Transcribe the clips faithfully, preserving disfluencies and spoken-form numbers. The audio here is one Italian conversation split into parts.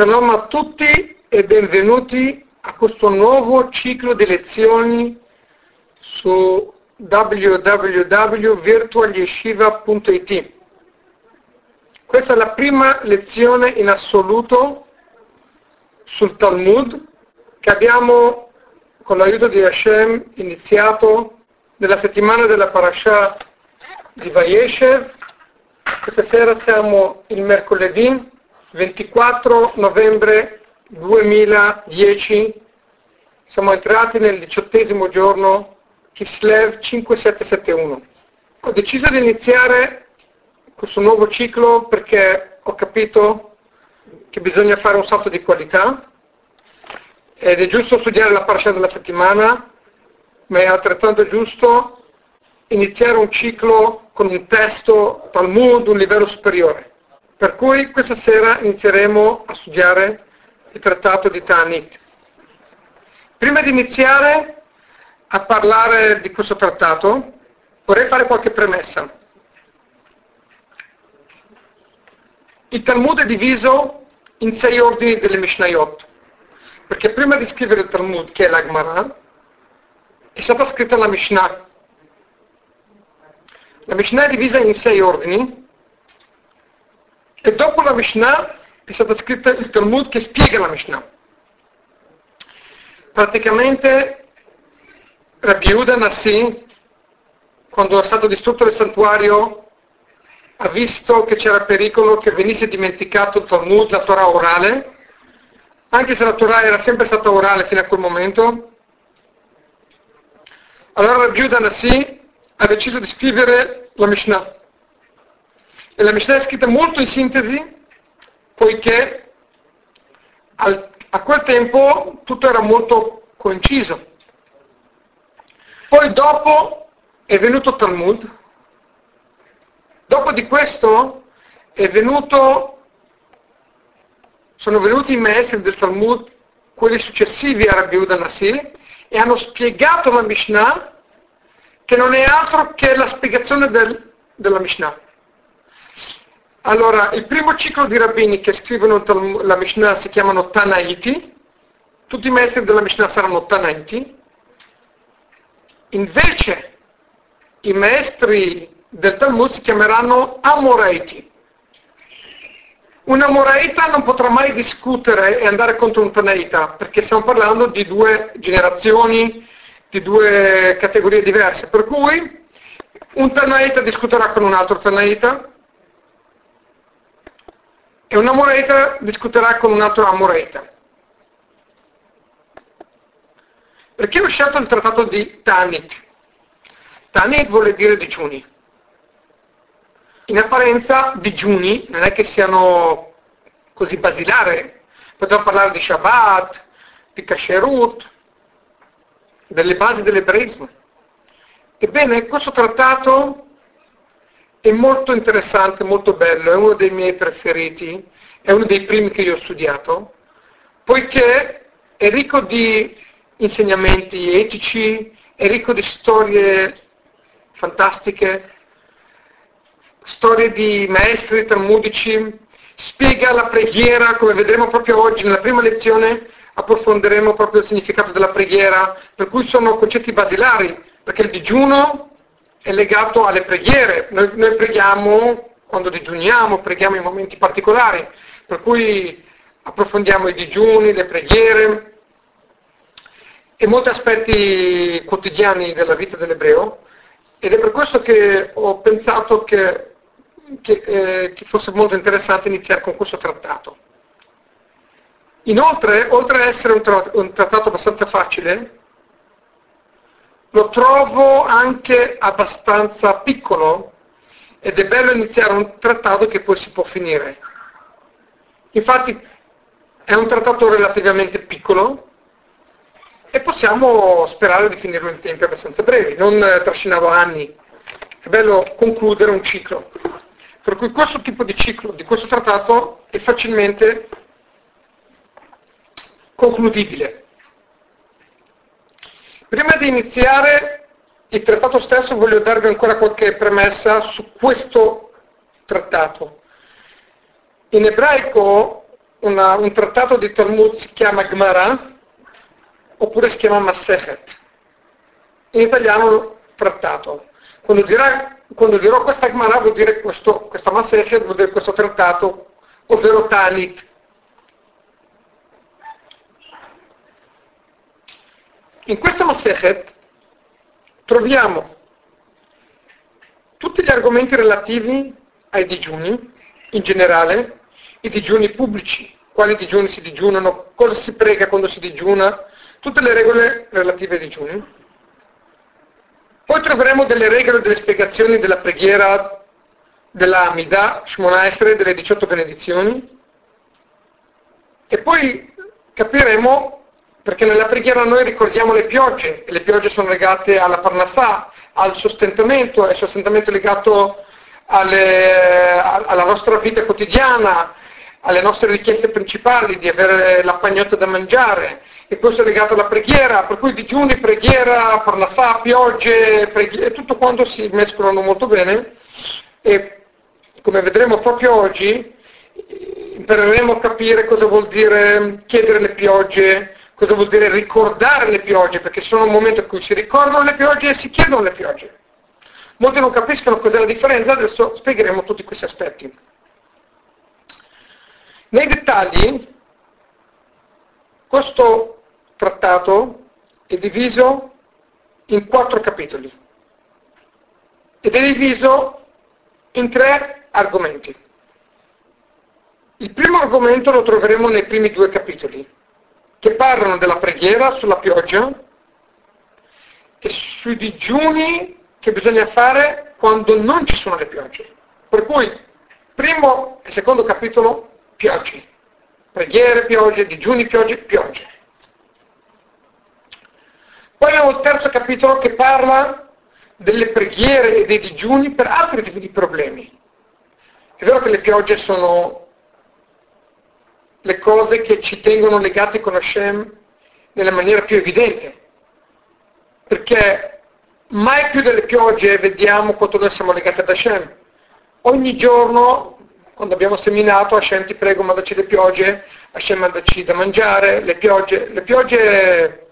Shalom a tutti e benvenuti a questo nuovo ciclo di lezioni su w w w punto virtual yeshiva punto i t. Questa è la prima lezione in assoluto sul Talmud che abbiamo, con l'aiuto di Hashem, iniziato nella settimana della Parashah di Vayeshev. Questa sera siamo il mercoledì ventiquattro novembre duemiladieci, siamo entrati nel diciottesimo giorno Kislev cinquemilasettecentosettantuno. Ho deciso di iniziare questo nuovo ciclo perché ho capito che bisogna fare un salto di qualità ed è giusto studiare la parasha della settimana, ma è altrettanto giusto iniziare un ciclo con un testo Talmud, un livello superiore. Per cui questa sera inizieremo a studiare il trattato di Ta'anit. Prima di iniziare a parlare di questo trattato, vorrei fare qualche premessa. Il Talmud è diviso in sei ordini delle Mishnayot, perché prima di scrivere il Talmud, che è la Gemara, è stata scritta la Mishnah. La Mishnah è divisa in sei ordini, e dopo la Mishnah è stata scritta il Talmud che spiega la Mishnah. Praticamente Rabbi Yehuda Nassi, quando è stato distrutto il santuario, ha visto che c'era pericolo che venisse dimenticato il Talmud, la Torah orale, anche se la Torah era sempre stata orale fino a quel momento. Allora Rabbi Yehuda Nassi ha deciso di scrivere la Mishnah. E la Mishnah è scritta molto in sintesi, poiché al, a quel tempo tutto era molto coinciso. Poi dopo è venuto Talmud, dopo di questo è venuto, sono venuti i maestri del Talmud, quelli successivi a Rabbi Yehuda Nassi, e hanno spiegato la Mishnah, che non è altro che la spiegazione del, della Mishnah. Allora, il primo ciclo di rabbini che scrivono la Mishnah si chiamano Tanaiti, tutti i maestri della Mishnah saranno Tanaiti. Invece i maestri del Talmud si chiameranno Amoraiti. Un Amoraita non potrà mai discutere e andare contro un Tanaita, perché stiamo parlando di due generazioni, di due categorie diverse, per cui un Tanaita discuterà con un altro Tanaita e un Amoraita discuterà con un altro Amoraita. Perché ho scelto il trattato di Ta'anit? Ta'anit vuol dire digiuni. In apparenza digiuni non è che siano così basilari, potremmo parlare di Shabbat, di Kasherut, delle basi dell'ebraismo. Ebbene, questo trattato è molto interessante, molto bello, è uno dei miei preferiti, è uno dei primi che io ho studiato, poiché è ricco di insegnamenti etici, è ricco di storie fantastiche, storie di maestri talmudici, spiega la preghiera, come vedremo proprio oggi nella prima lezione, approfondiremo proprio il significato della preghiera, per cui sono concetti basilari, perché il digiuno è legato alle preghiere. Noi, noi preghiamo quando digiuniamo, preghiamo in momenti particolari, per cui approfondiamo i digiuni, le preghiere e molti aspetti quotidiani della vita dell'ebreo, ed è per questo che ho pensato che, che, eh, che fosse molto interessante iniziare con questo trattato. Inoltre, oltre ad essere un, tra- un trattato abbastanza facile, lo trovo anche abbastanza piccolo ed è bello iniziare un trattato che poi si può finire. Infatti è un trattato relativamente piccolo e possiamo sperare di finirlo in tempi abbastanza brevi, non trascinarlo anni. È bello concludere un ciclo. Per cui questo tipo di ciclo, di questo trattato, è facilmente concludibile. Prima di iniziare il trattato stesso voglio darvi ancora qualche premessa su questo trattato. In ebraico una, un trattato di Talmud si chiama Gemara, oppure si chiama Masechet. In italiano trattato. Quando, dirà, quando dirò questa Gemara vuol dire questo, questa Masechet vuol dire questo trattato, ovvero Tanit. In questa Masechet troviamo tutti gli argomenti relativi ai digiuni, in generale, i digiuni pubblici, quali digiuni si digiunano, cosa si prega quando si digiuna, tutte le regole relative ai digiuni. Poi troveremo delle regole, delle spiegazioni della preghiera della Amidah, Shmona Esrei, delle diciotto benedizioni, e poi capiremo perché nella preghiera noi ricordiamo le piogge, e le piogge sono legate alla Parnassah, al sostentamento, e il sostentamento è legato alle, alla nostra vita quotidiana, alle nostre richieste principali di avere la pagnotta da mangiare, e questo è legato alla preghiera, per cui digiuni, preghiera, Parnassah, piogge, preghiera, tutto quanto si mescolano molto bene, e come vedremo proprio oggi impareremo a capire cosa vuol dire chiedere le piogge, cosa vuol dire ricordare le piogge, perché sono un momento in cui si ricordano le piogge e si chiedono le piogge. Molti non capiscono cos'è la differenza, adesso spiegheremo tutti questi aspetti. Nei dettagli, questo trattato è diviso in quattro capitoli ed è diviso in tre argomenti. Il primo argomento lo troveremo nei primi due capitoli, che parlano della preghiera sulla pioggia e sui digiuni che bisogna fare quando non ci sono le piogge. Per cui, primo e secondo capitolo, piogge. Preghiere, piogge, digiuni, piogge, piogge. Poi abbiamo il terzo capitolo che parla delle preghiere e dei digiuni per altri tipi di problemi. È vero che le piogge sono le cose che ci tengono legati con Hashem nella maniera più evidente, perché mai più delle piogge vediamo quanto noi siamo legati ad Hashem. Ogni giorno, quando abbiamo seminato, Hashem ti prego mandaci le piogge, Hashem mandaci da mangiare, le piogge, le piogge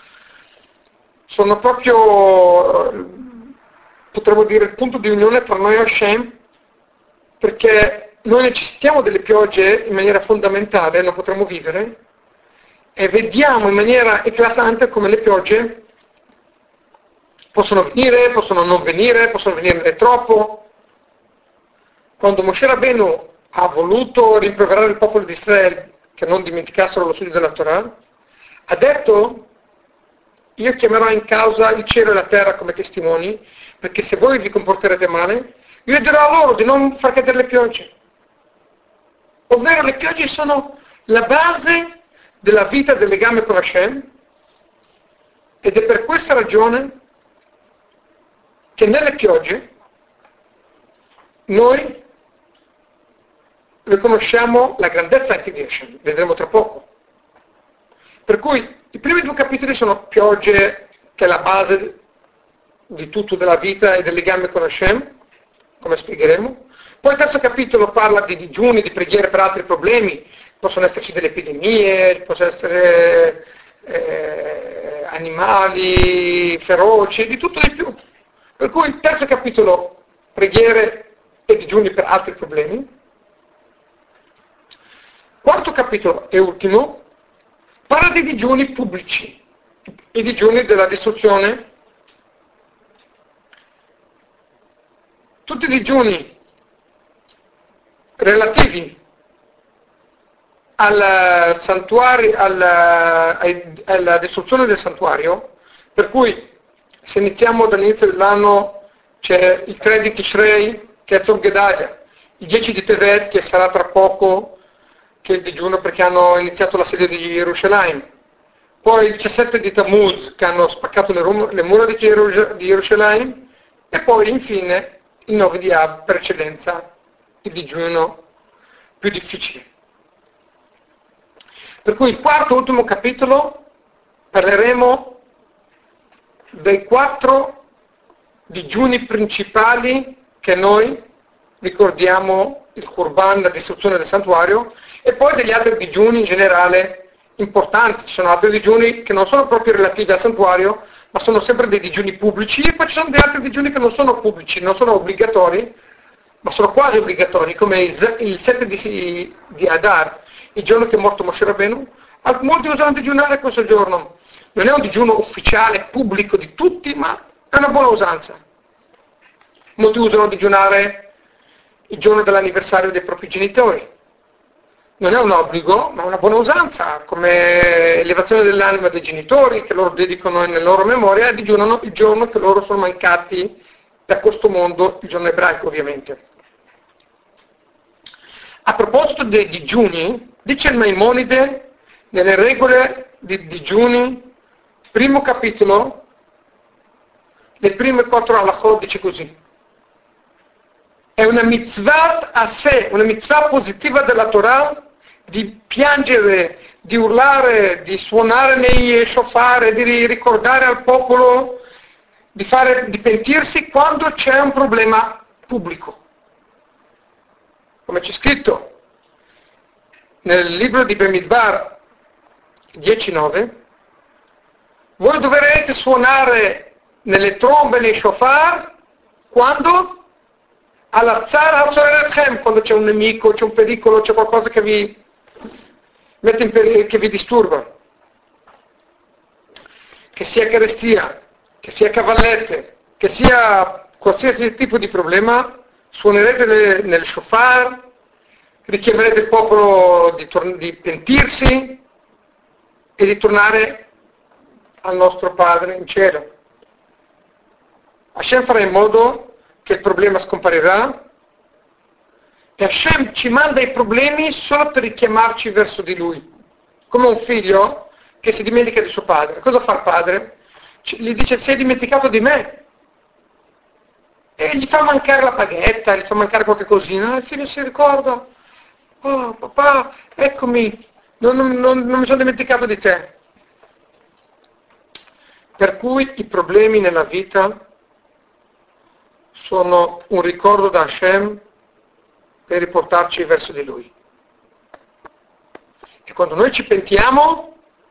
sono proprio, potremmo dire, il punto di unione tra noi e Hashem, perché noi necessitiamo delle piogge in maniera fondamentale, non potremo vivere, e vediamo in maniera eclatante come le piogge possono venire, possono non venire, possono venire troppo. Quando Moshe Rabbeinu ha voluto rimproverare il popolo di Israele che non dimenticassero lo studio della Torah, ha detto: io chiamerò in causa il cielo e la terra come testimoni, perché se voi vi comporterete male, io dirò a loro di non far cadere le piogge. Ovvero le piogge sono la base della vita del legame con Hashem, ed è per questa ragione che nelle piogge noi riconosciamo la grandezza anche di Hashem, vedremo tra poco. Per cui i primi due capitoli sono piogge, che è la base di tutto della vita e del legame con Hashem, come spiegheremo. Poi il terzo capitolo parla di digiuni, di preghiere per altri problemi, possono esserci delle epidemie, possono essere eh, animali feroci, di tutto di più. Per cui il terzo capitolo, preghiere e digiuni per altri problemi. Quarto capitolo e ultimo, parla di digiuni pubblici, i digiuni della distruzione. Tutti i digiuni relativi al santuario, alla, alla distruzione del santuario, per cui se iniziamo dall'inizio dell'anno c'è il tre di Tishrei, che è Tzom Gedalia, il dieci di Tevet, che sarà tra poco, che è il digiuno perché hanno iniziato l'assedio di Gerusalemme, poi il diciassette di Tammuz, che hanno spaccato le, rum- le mura di, Gerus- di Gerusalemme, e poi infine il nove di Ab, per eccellenza il digiuno più difficile. Per cui il quarto e ultimo capitolo parleremo dei quattro digiuni principali che noi ricordiamo il Qurban, la distruzione del santuario, e poi degli altri digiuni in generale importanti. Ci sono altri digiuni che non sono proprio relativi al santuario, ma sono sempre dei digiuni pubblici, e poi ci sono degli altri digiuni che non sono pubblici, non sono obbligatori, ma sono quasi obbligatori, come il sette di, di Adar, il giorno che è morto Moshe Rabbeinu. Molti usano digiunare questo giorno. Non è un digiuno ufficiale, pubblico di tutti, ma è una buona usanza. Molti usano digiunare il giorno dell'anniversario dei propri genitori. Non è un obbligo, ma una buona usanza, come elevazione dell'anima dei genitori, che loro dedicano nella loro memoria, e digiunano il giorno che loro sono mancati da questo mondo, il giorno ebraico ovviamente. A proposito dei digiuni, dice il Maimonide, nelle regole di digiuni, primo capitolo, le prime quattro halachot, dice così: è una mitzvah a sé, una mitzvah positiva della Torah, di piangere, di urlare, di suonare nei shofar, di ricordare al popolo, di, fare, di pentirsi quando c'è un problema pubblico. Come c'è scritto nel libro di Bemidbar dieci nove, voi dovrete suonare nelle trombe, nei shofar, quando? All'azzar al-Soreretchem, quando c'è un nemico, c'è un pericolo, c'è qualcosa che vi mette in pericolo, che vi disturba. Che sia carestia, che sia cavallette, che sia qualsiasi tipo di problema, suonerete nel, nel shofar, richiamerete il popolo di, tor- di pentirsi e di tornare al nostro Padre in cielo. Hashem farà in modo che il problema scomparirà, e Hashem ci manda i problemi solo per richiamarci verso di Lui, come un figlio che si dimentica di suo padre. Cosa fa il padre? Gli dice: sei dimenticato di me, e gli fa mancare la paghetta, gli fa mancare qualche cosina, e il figlio si ricorda: oh papà, eccomi, non, non, non, non mi sono dimenticato di te. Per cui i problemi nella vita sono un ricordo da Hashem per riportarci verso di Lui. E quando noi ci pentiamo,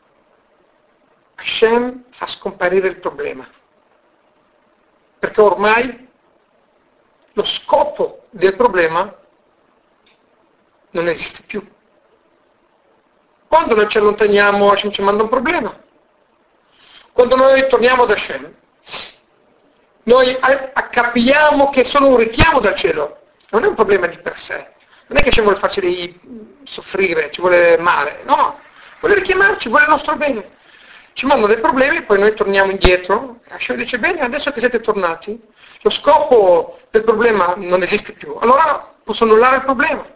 Hashem fa scomparire il problema. Perché ormai lo scopo del problema non esiste più. Quando noi ci allontaniamo, Hashem ci manda un problema. Quando noi torniamo da Hashem, noi capiamo che è solo un richiamo dal cielo, non è un problema di per sé. Non è che ci vuole farci soffrire, ci vuole male, no, vuole richiamarci, vuole il nostro bene. Ci mandano dei problemi, poi noi torniamo indietro, e Hashem dice: bene, adesso che siete tornati, lo scopo del problema non esiste più, allora posso annullare il problema.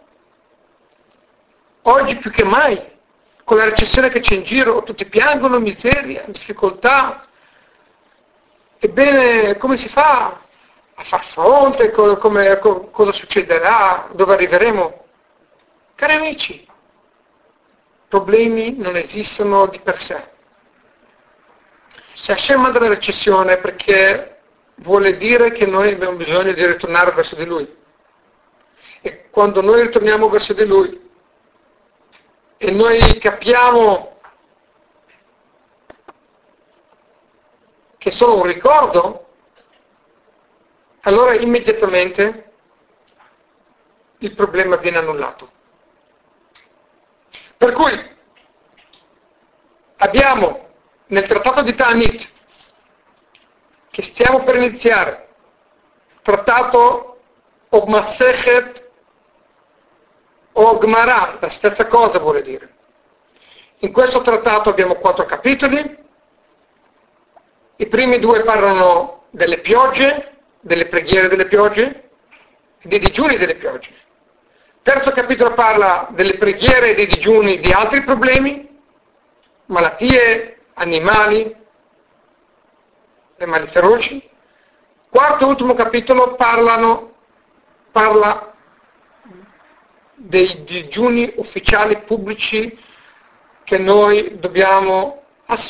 Oggi più che mai, con la recessione che c'è in giro, tutti piangono, miseria, difficoltà. Ebbene, come si fa a far fronte? Come, come, cosa succederà? Dove arriveremo? Cari amici, problemi non esistono di per sé. Se Hashem manda la recessione è perché vuole dire che noi abbiamo bisogno di ritornare verso di Lui. E quando noi ritorniamo verso di Lui e noi capiamo che è solo un ricordo, allora immediatamente il problema viene annullato. Per cui abbiamo nel trattato di Ta'anit, che stiamo per iniziare, trattato o Masechet o Gemara, la stessa cosa vuole dire. In questo trattato abbiamo quattro capitoli. I primi due parlano delle piogge, delle preghiere delle piogge, dei digiuni delle piogge. Il terzo capitolo parla delle preghiere e dei digiuni di altri problemi, malattie, animali, animali feroci. Quarto e ultimo capitolo parlano, parla dei digiuni ufficiali pubblici che noi dobbiamo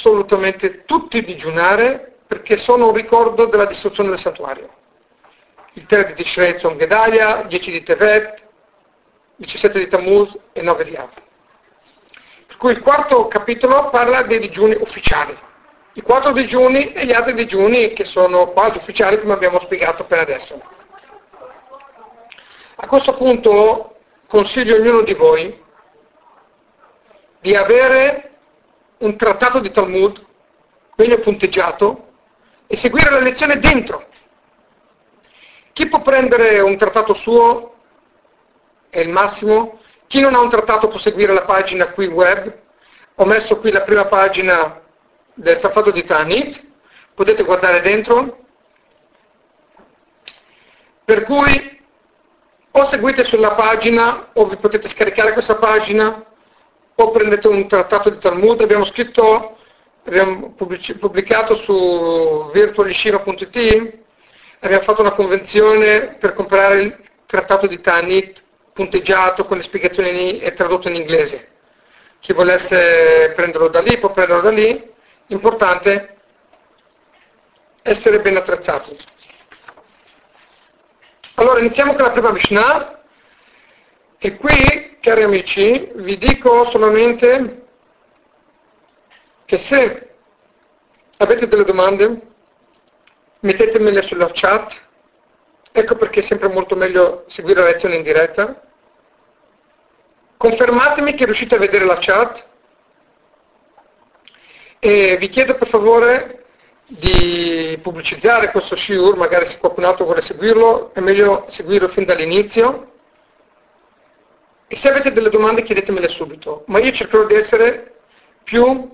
assolutamente tutti digiunare, perché sono un ricordo della distruzione del santuario. il tre di Tishrei Tzom Gedalia, dieci di Tevet, diciassette di Tammuz e nove di Av. Per cui il quarto capitolo parla dei digiuni ufficiali, i quattro digiuni e gli altri digiuni che sono quasi ufficiali, come abbiamo spiegato per adesso. A questo punto consiglio a ognuno di voi di avere un trattato di Talmud meglio punteggiato e seguire la lezione dentro. Chi può prendere un trattato suo è il massimo, chi non ha un trattato può seguire la pagina qui web, ho messo qui la prima pagina del trattato di Ta'anit, potete guardare dentro, per cui o seguite sulla pagina o vi potete scaricare questa pagina o prendete un trattato di Talmud. Abbiamo scritto, abbiamo pubblicato su virtual yeshiva punto it, abbiamo fatto una convenzione per comprare il trattato di Ta'anit punteggiato con le spiegazioni e tradotto in inglese. Chi volesse prenderlo da lì può prenderlo da lì, importante essere ben attrezzati. Allora iniziamo con la prima Mishnah e qui, cari amici, vi dico solamente che se avete delle domande mettetemele sulla chat, ecco perché è sempre molto meglio seguire la lezione in diretta. Confermatemi che riuscite a vedere la chat e vi chiedo per favore di pubblicizzare questo shiur, magari se qualcun altro vuole seguirlo, è meglio seguirlo fin dall'inizio. E se avete delle domande chiedetemele subito, ma io cercherò di essere più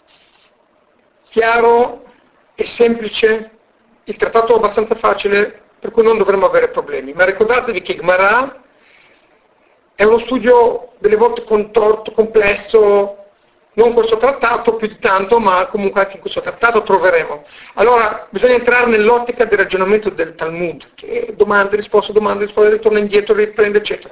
chiaro e semplice, il trattato è abbastanza facile, per cui non dovremmo avere problemi. Ma ricordatevi che Gemara è uno studio delle volte contorto, complesso, non questo trattato più di tanto, ma comunque anche in questo trattato troveremo. Allora bisogna entrare nell'ottica del ragionamento del Talmud, che è domande, risposte, domande, risposte, ritorna indietro, riprende, eccetera.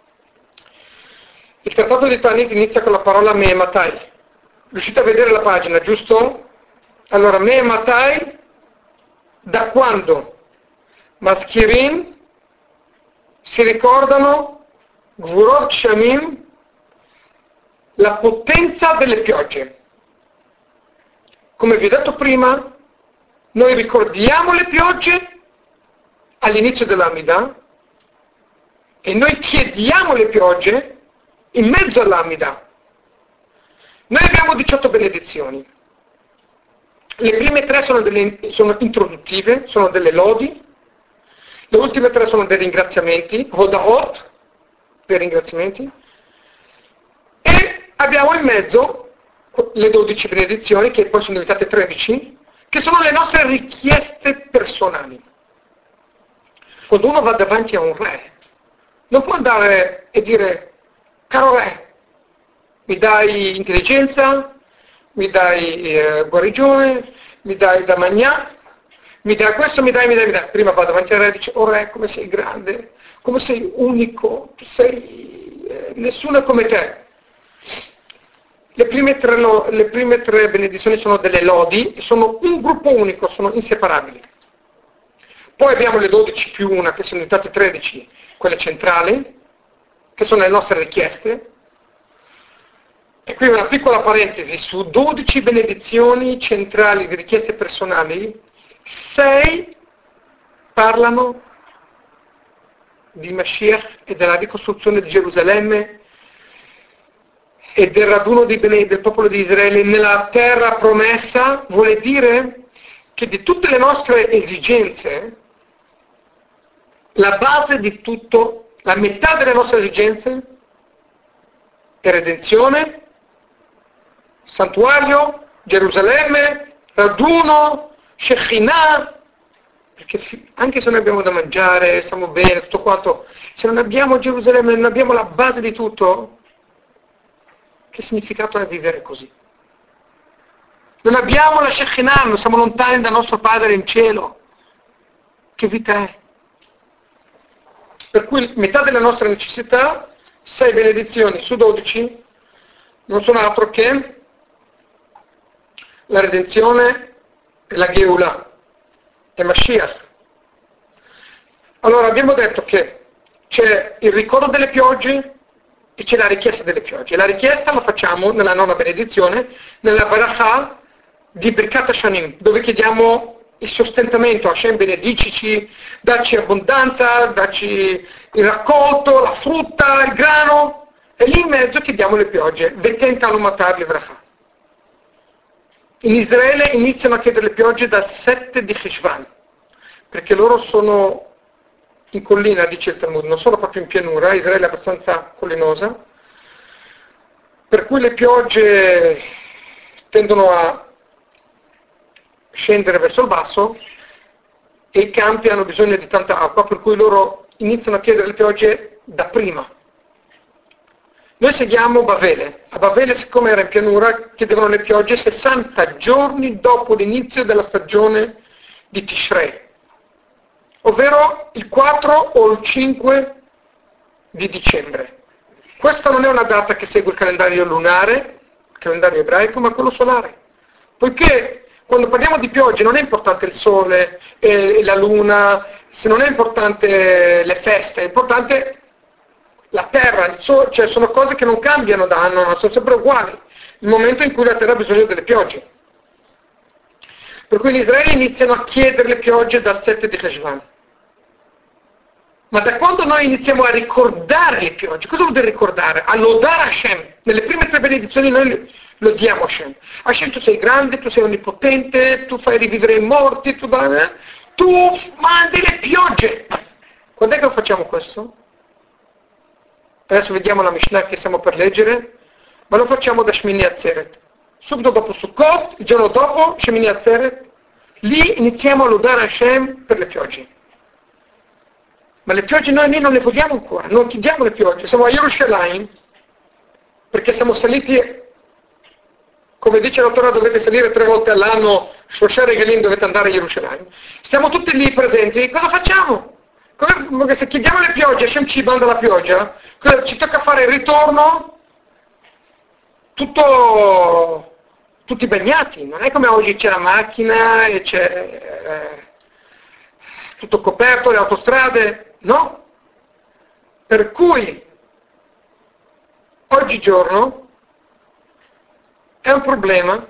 Il trattato di Ta'anit inizia con la parola Me'ematai. Riuscite a vedere la pagina, giusto? Allora, Me'ematai, da quando? Maskirin si ricordano Gvurot Shamim, la potenza delle piogge. Come vi ho detto prima, noi ricordiamo le piogge all'inizio dell'Amida e noi chiediamo le piogge in mezzo all'Amida. Noi abbiamo diciotto benedizioni. Le prime tre sono, delle, sono introduttive, sono delle lodi, le ultime tre sono dei ringraziamenti, Hodahot, dei ringraziamenti, e abbiamo in mezzo le dodici benedizioni, che poi sono diventate tredici, che sono le nostre richieste personali. Quando uno va davanti a un re, non può andare e dire: caro re, mi dai intelligenza, mi dai eh, guarigione, mi dai da mangiare, mi dai questo, mi dai, mi dai, mi dai. Prima va davanti al re e dice: oh re, come sei grande, come sei unico, sei, eh, nessuno è come te. Le prime, tre, le prime tre benedizioni sono delle lodi, sono un gruppo unico, sono inseparabili. Poi abbiamo le dodici più una, che sono diventate tredici, quelle centrali, che sono le nostre richieste. E qui una piccola parentesi, su dodici benedizioni centrali di richieste personali, sei parlano di Mashiach e della ricostruzione di Gerusalemme e del raduno di Bene, del popolo di Israele nella terra promessa. Vuole dire che di tutte le nostre esigenze, la base di tutto, la metà delle nostre esigenze è redenzione, santuario, Gerusalemme, raduno, Shekhinah, perché anche se noi abbiamo da mangiare, stiamo bene, tutto quanto, se non abbiamo Gerusalemme, non abbiamo la base di tutto, che significato è vivere così? Non abbiamo la Shekhinah, siamo lontani dal nostro Padre in cielo. Che vita è? Per cui metà delle nostre necessità, sei benedizioni su dodici, non sono altro che la redenzione e la Geulah e Mashiach. Allora abbiamo detto che c'è il ricordo delle piogge e c'è la richiesta delle piogge. La richiesta la facciamo nella nona benedizione, nella Barachà di Birkat Hashanim, dove chiediamo il sostentamento. Hashem, benedicici, dacci abbondanza, dacci il raccolto, la frutta, il grano, e lì in mezzo chiediamo le piogge. Veten talumatar livrachà. In Israele iniziano a chiedere le piogge dal sette di Cheshvan, perché loro sono in collina, dice il Talmud, non sono proprio in pianura, Israele è abbastanza collinosa, per cui le piogge tendono a scendere verso il basso e i campi hanno bisogno di tanta acqua, per cui loro iniziano a chiedere le piogge da prima. Noi seguiamo Bavele. A Bavele, siccome era in pianura, chiedevano le piogge sessanta giorni dopo l'inizio della stagione di Tishrei, ovvero il quattro o il cinque di dicembre. Questa non è una data che segue il calendario lunare, il calendario ebraico, ma quello solare. Poiché quando parliamo di piogge non è importante il sole e la luna, se non è importante le feste, è importante la terra, il sole, cioè sono cose che non cambiano da anno, ma sono sempre uguali, il momento in cui la terra ha bisogno delle piogge. Per cui in Israele iniziano a chiedere le piogge dal sette di Cheshvan. Ma da quando noi iniziamo a ricordare le piogge, cosa vuol dire ricordare? A lodare Hashem. Nelle prime tre benedizioni noi lodiamo Hashem. Hashem, tu sei grande, tu sei onnipotente, tu fai rivivere i morti, tu, eh? tu mandi le piogge. Quando è che lo facciamo questo? Adesso vediamo la Mishnah che stiamo per leggere, ma lo facciamo da Shmini Atzeret. Subito dopo Sukkot, il giorno dopo, Shmini Atzeret, lì iniziamo a lodare Hashem per le piogge. Ma le piogge noi, noi non le vogliamo ancora, non chiediamo le piogge. Siamo a Yerushalayim, perché siamo saliti, come dice la Torah, dovete salire tre volte all'anno, Shloshah Regalim, dovete andare a Yerushalayim. Stiamo tutti lì presenti, cosa facciamo? Come, se chiediamo le piogge, Hashem ci manda la pioggia, ci tocca fare il ritorno tutto, tutti bagnati. Non è come oggi c'è la macchina e c'è eh, tutto coperto, le autostrade, no? Per cui oggigiorno è un problema,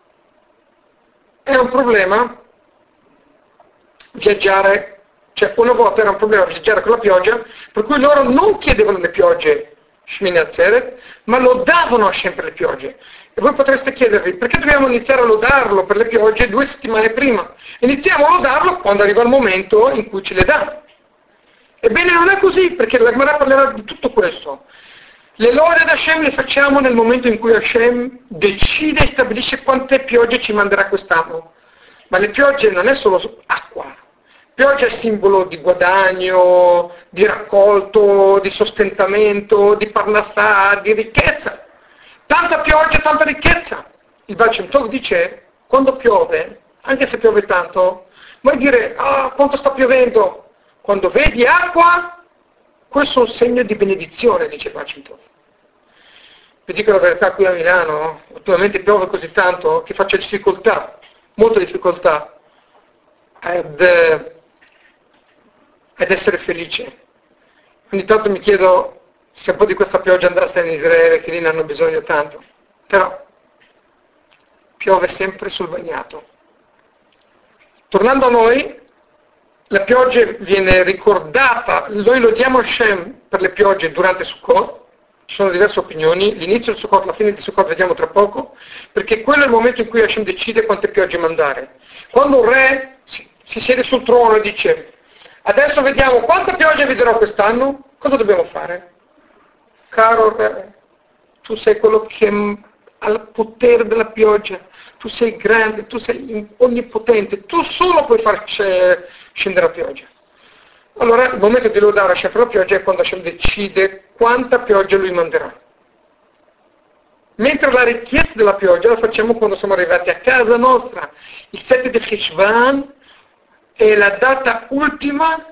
è un problema viaggiare. Cioè una volta era un problema viaggiare con la pioggia, per cui loro non chiedevano le piogge Shmini Atzeret, ma lodavano sempre le piogge. E voi potreste chiedervi, perché dobbiamo iniziare a lodarlo per le piogge due settimane prima? Iniziamo a lodarlo quando arriva il momento in cui ce le dà. Ebbene non è così, perché la Gemara parlerà di tutto questo. Le lode ad Hashem le facciamo nel momento in cui Hashem decide e stabilisce quante piogge ci manderà quest'anno. Ma le piogge non è solo acqua. Pioggia è simbolo di guadagno, di raccolto, di sostentamento, di parnassà, di ricchezza. Tanta pioggia, tanta ricchezza. Il Baal Shem Tov dice, quando piove, anche se piove tanto, vuoi dire, ah, quanto sta piovendo? Quando vedi acqua, questo è un segno di benedizione, dice il Baal Shem Tov. Vi dico la verità, qui a Milano, ultimamente piove così tanto che faccio difficoltà, molta difficoltà, ad... ed essere felice. Ogni tanto mi chiedo se un po' di questa pioggia andasse in Israele, che lì ne hanno bisogno tanto. Però piove sempre sul bagnato. Tornando a noi, la pioggia viene ricordata, noi lodiamo Hashem per le piogge durante Sukkot, ci sono diverse opinioni, l'inizio del Sukkot, la fine di Sukkot vediamo tra poco, perché quello è il momento in cui Hashem decide quante piogge mandare. Quando un re si, si siede sul trono e dice adesso vediamo quanta pioggia vi darò quest'anno, cosa dobbiamo fare? Caro re, tu sei quello che ha il potere della pioggia, tu sei grande, tu sei onnipotente, tu solo puoi far scendere la pioggia. Allora il momento di lodare Hashem per la pioggia è quando Hashem decide quanta pioggia lui manderà. Mentre la richiesta della pioggia la facciamo quando siamo arrivati a casa nostra. Il sette di Cheshvan è la data ultima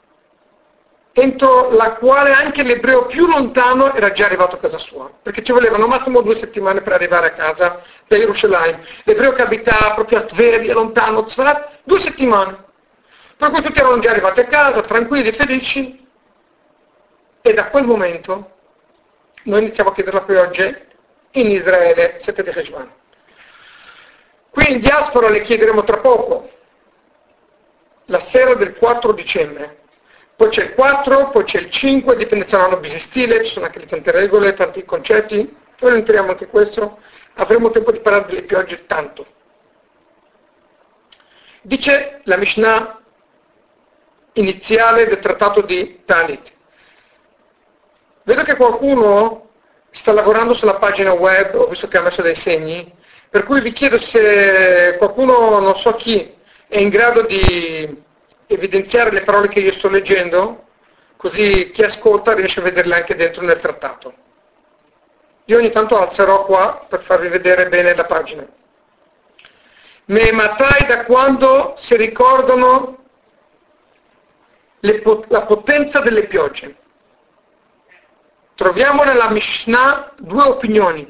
entro la quale anche l'ebreo più lontano era già arrivato a casa sua, perché ci volevano massimo due settimane per arrivare a casa da Yerushalayim. L'ebreo che abitava proprio a Tveria, lontano, Tzfat, due settimane. Per cui tutti erano già arrivati a casa, tranquilli, felici, e da quel momento noi iniziamo a chiedere la pioggia in Israele, sette di Heshvan. Qui in diaspora le chiederemo tra poco, la sera del quattro dicembre. Poi c'è il quattro, poi c'è il cinque, dipende se l'anno bisestile, ci sono anche le tante regole, tanti concetti. Noi non entriamo anche questo, avremo tempo di parlare delle piogge tanto. Dice la Mishnah iniziale del trattato di Tanit. Vedo che qualcuno sta lavorando sulla pagina web, ho visto che ha messo dei segni, per cui vi chiedo se qualcuno, non so chi, è in grado di evidenziare le parole che io sto leggendo, così chi ascolta riesce a vederle anche dentro nel trattato. Io ogni tanto alzerò qua per farvi vedere bene la pagina. Me matai, da quando si ricordano le, la potenza delle piogge. Troviamo nella Mishnah due opinioni.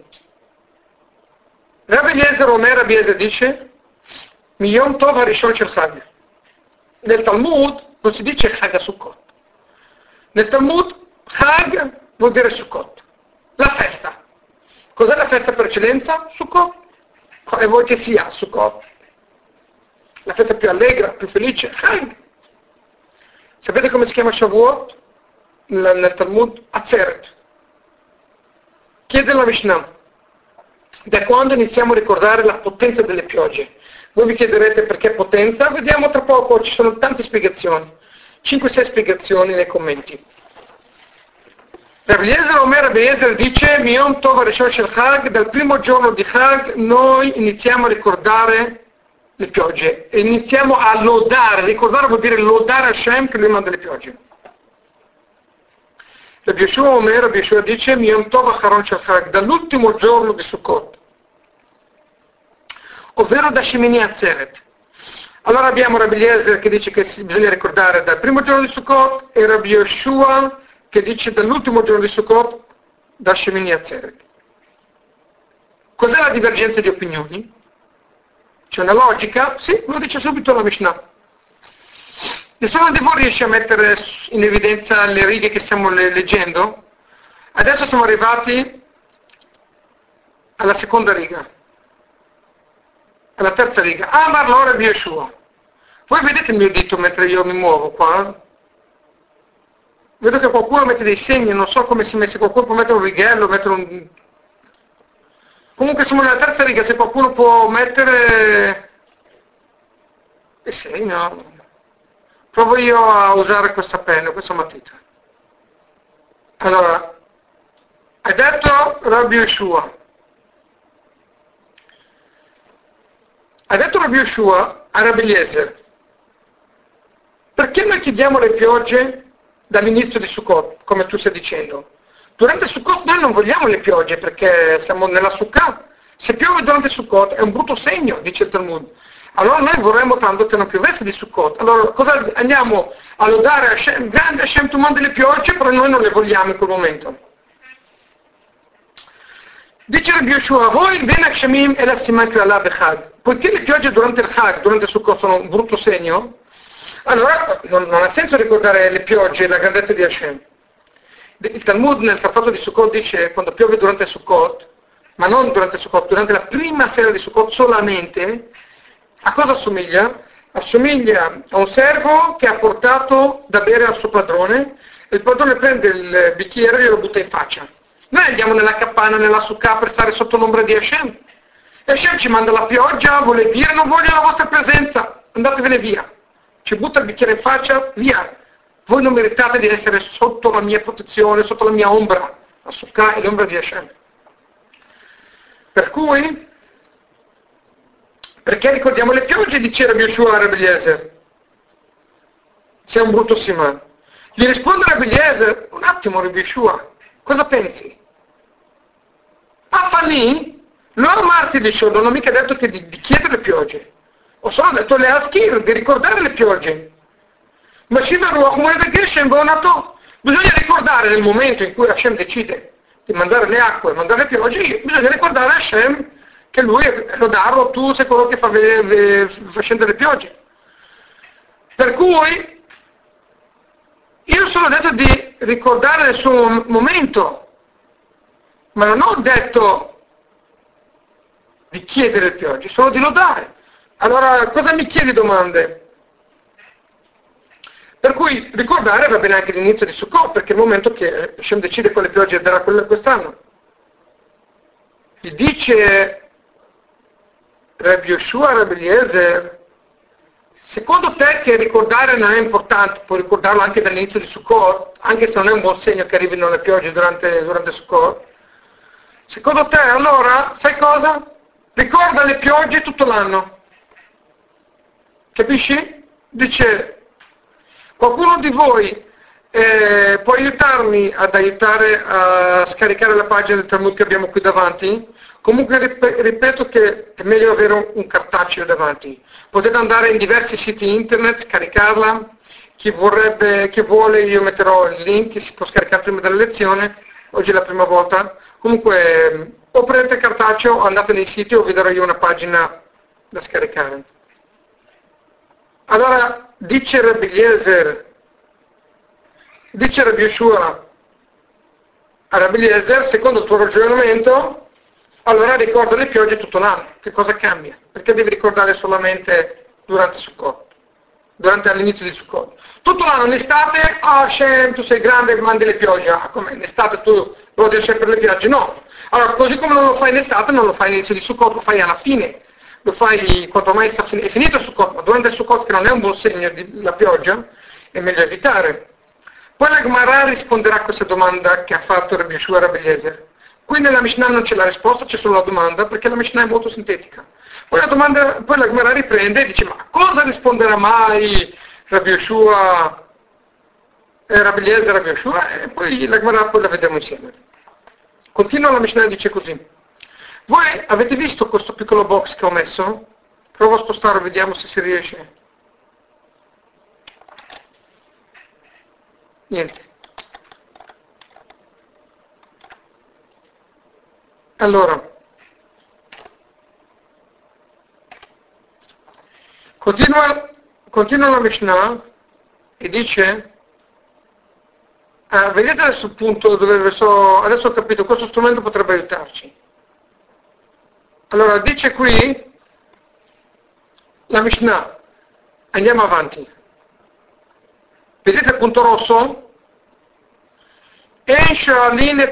Rabbi Eliezer Omer, Rabbi Eliezer dice Miyom Tov HaRishon Shel Chag. Nel Talmud non si dice Chag Sukkot. Nel Talmud Chag vuol dire Sukkot, la festa. Cos'è la festa per eccellenza? Sukkot. E vuoi che sia Sukkot? La festa più allegra, più felice, Chag. Sapete come si chiama Shavuot? Nel, nel Talmud Atzeret. Chiede la Mishnah, da quando iniziamo a ricordare la potenza delle piogge? Voi vi chiederete perché potenza? Vediamo tra poco, ci sono tante spiegazioni, cinque sei spiegazioni nei commenti. Rabbi Eliezer Omer, Rabbi Eliezer dice, Miyom Tov HaRishon Shel Chag, dal primo giorno di Chag noi iniziamo a ricordare le piogge, e iniziamo a lodare, ricordare vuol dire lodare Hashem che lui manda le piogge. Rabbi Yeshua Omer, Rabbi Yeshua dice, Miyom Tov HaCharon Shel Chag, dall'ultimo giorno di Sukkot, ovvero da Shemini Atzeret. Allora abbiamo Rabbi Eliezer che dice che bisogna ricordare dal primo giorno di Sukkot, e Rabbi Yeshua che dice dall'ultimo giorno di Sukkot, da Shemini Atzeret. Cos'è la divergenza di opinioni? C'è una logica? Sì, lo dice subito la Mishnah. Nessuno di voi riesce a mettere in evidenza le righe che stiamo leggendo? Adesso siamo arrivati alla seconda riga, alla terza riga. Amar lo Rabbi Yeshua. Voi vedete il mio dito mentre io mi muovo qua? Vedo che qualcuno mette dei segni, non so come si mette, qualcuno può mettere un righello, mettere un... Comunque siamo nella terza riga, se qualcuno può mettere il segno. Provo io a usare questa penna, questa matita. Allora, ha detto Rabbi Yeshua. Ha detto Rabbi Yeshua a Rabbi Eliezer, perché noi chiediamo le piogge dall'inizio di Sukkot, come tu stai dicendo? Durante Sukkot noi non vogliamo le piogge perché siamo nella Sukkah. Se piove durante Sukkot è un brutto segno, dice il Talmud. Allora noi vorremmo tanto che non piovesse di Sukkot. Allora cosa andiamo a lodare Hashem? Grande Hashem, tu mandi le piogge, però noi non le vogliamo in quel momento. Dice Rabbi Yeshua, voi ben Hashemim e la Siman K'Allah Bechag. Poiché le piogge durante il Chag, durante il Sukkot sono un brutto segno, allora non, non ha senso ricordare le piogge e la grandezza di Hashem. Il Talmud nel trattato di Sukkot dice quando piove durante il Sukkot, ma non durante il Sukkot, durante la prima sera di Sukkot solamente, a cosa assomiglia? Assomiglia a un servo che ha portato da bere al suo padrone, e il padrone prende il bicchiere e glielo butta in faccia. Noi andiamo nella capanna, nella Sukkah per stare sotto l'ombra di Hashem. E Hashem ci manda la pioggia, vuole dire non voglio la vostra presenza, andatevene via. Ci butta il bicchiere in faccia, via. Voi non meritate di essere sotto la mia protezione, sotto la mia ombra. La Sukkah è l'ombra di Hashem. Per cui, perché ricordiamo le piogge, dice Rabbi Yeshua a Rabbi Eliezer? Sei un brutto siman. Gli risponde Rabbi Eliezer, un attimo Rabbi Yeshua, cosa pensi? Affani, lo amarti di ciò, non ho mica detto che di, di chiedere le piogge. Ho solo detto le aschir, di ricordare le piogge. Ma Shiva Ruach Moed Geshem Bonato. Bisogna ricordare nel momento in cui Hashem decide di mandare le acque, mandare le piogge, bisogna ricordare a Hashem che lui è lodarlo, tu sei quello che fa, fa scendere le piogge. Per cui io sono detto di ricordare nel suo momento, ma non ho detto di chiedere le piogge, solo di lodare. Allora, cosa mi chiedi domande? Per cui ricordare va bene anche l'inizio di Sukkot, perché è il momento che Hashem decide quale pioggia darà quest'anno. Gli dice Rabbi Yoshua, Rabbi Eliezer, secondo te che ricordare non è importante, puoi ricordarlo anche dall'inizio di Sukkot, anche se non è un buon segno che arrivino le piogge durante, durante Sukkot. Secondo te allora, sai cosa? Ricorda le piogge tutto l'anno. Capisci? Dice, qualcuno di voi eh, può aiutarmi ad aiutare a scaricare la pagina del Talmud che abbiamo qui davanti? Comunque ripeto che è meglio avere un cartaceo davanti. Potete andare in diversi siti internet, scaricarla. Chi vorrebbe, chi vuole, io metterò il link, si può scaricare prima della lezione. Oggi è la prima volta. Comunque o prendete cartaceo, andate nei siti o vi darò io una pagina da scaricare. Allora, dice Rabbi Eliezer, dice Rabbi Yoshua a Rabbi Eliezer, secondo il tuo ragionamento, allora ricorda le piogge tutto l'anno. Che cosa cambia? Perché devi ricordare solamente durante Sukkot, durante all'inizio di Sukkot? Tutto l'anno, in estate, ah Hashem, tu sei grande, mandi le piogge. Ah, come in estate tu rodi Hashem per le piogge? No. Allora, così come non lo fai in estate, non lo fai all'inizio di Sukkot, lo fai alla fine. Lo fai quanto mai sta fin- è finito il Sukkot, ma durante il Sukkot, che non è un buon segno di la pioggia, è meglio evitare. Poi la Gemara risponderà a questa domanda che ha fatto Rabbi Yoshua Rabbi Eliezer. Qui nella Mishnah non c'è la risposta, c'è solo la domanda, perché la Mishnah è molto sintetica. Poi la, domanda, poi la Gemara riprende e dice, ma cosa risponderà mai Rabbi Yoshua, eh, Rabbi Eliezer, Rabbi Yoshua? E poi la Gemara poi la vedremo insieme. Continua la Mishnah e dice così. Voi avete visto questo piccolo box che ho messo? Provo a spostarlo, vediamo se si riesce. Niente. Allora, continua, continua la Mishnah e dice, ah, vedete adesso il punto dove adesso, adesso ho capito, questo strumento potrebbe aiutarci. Allora, dice qui la Mishnah, andiamo avanti. Vedete il punto rosso? Dice la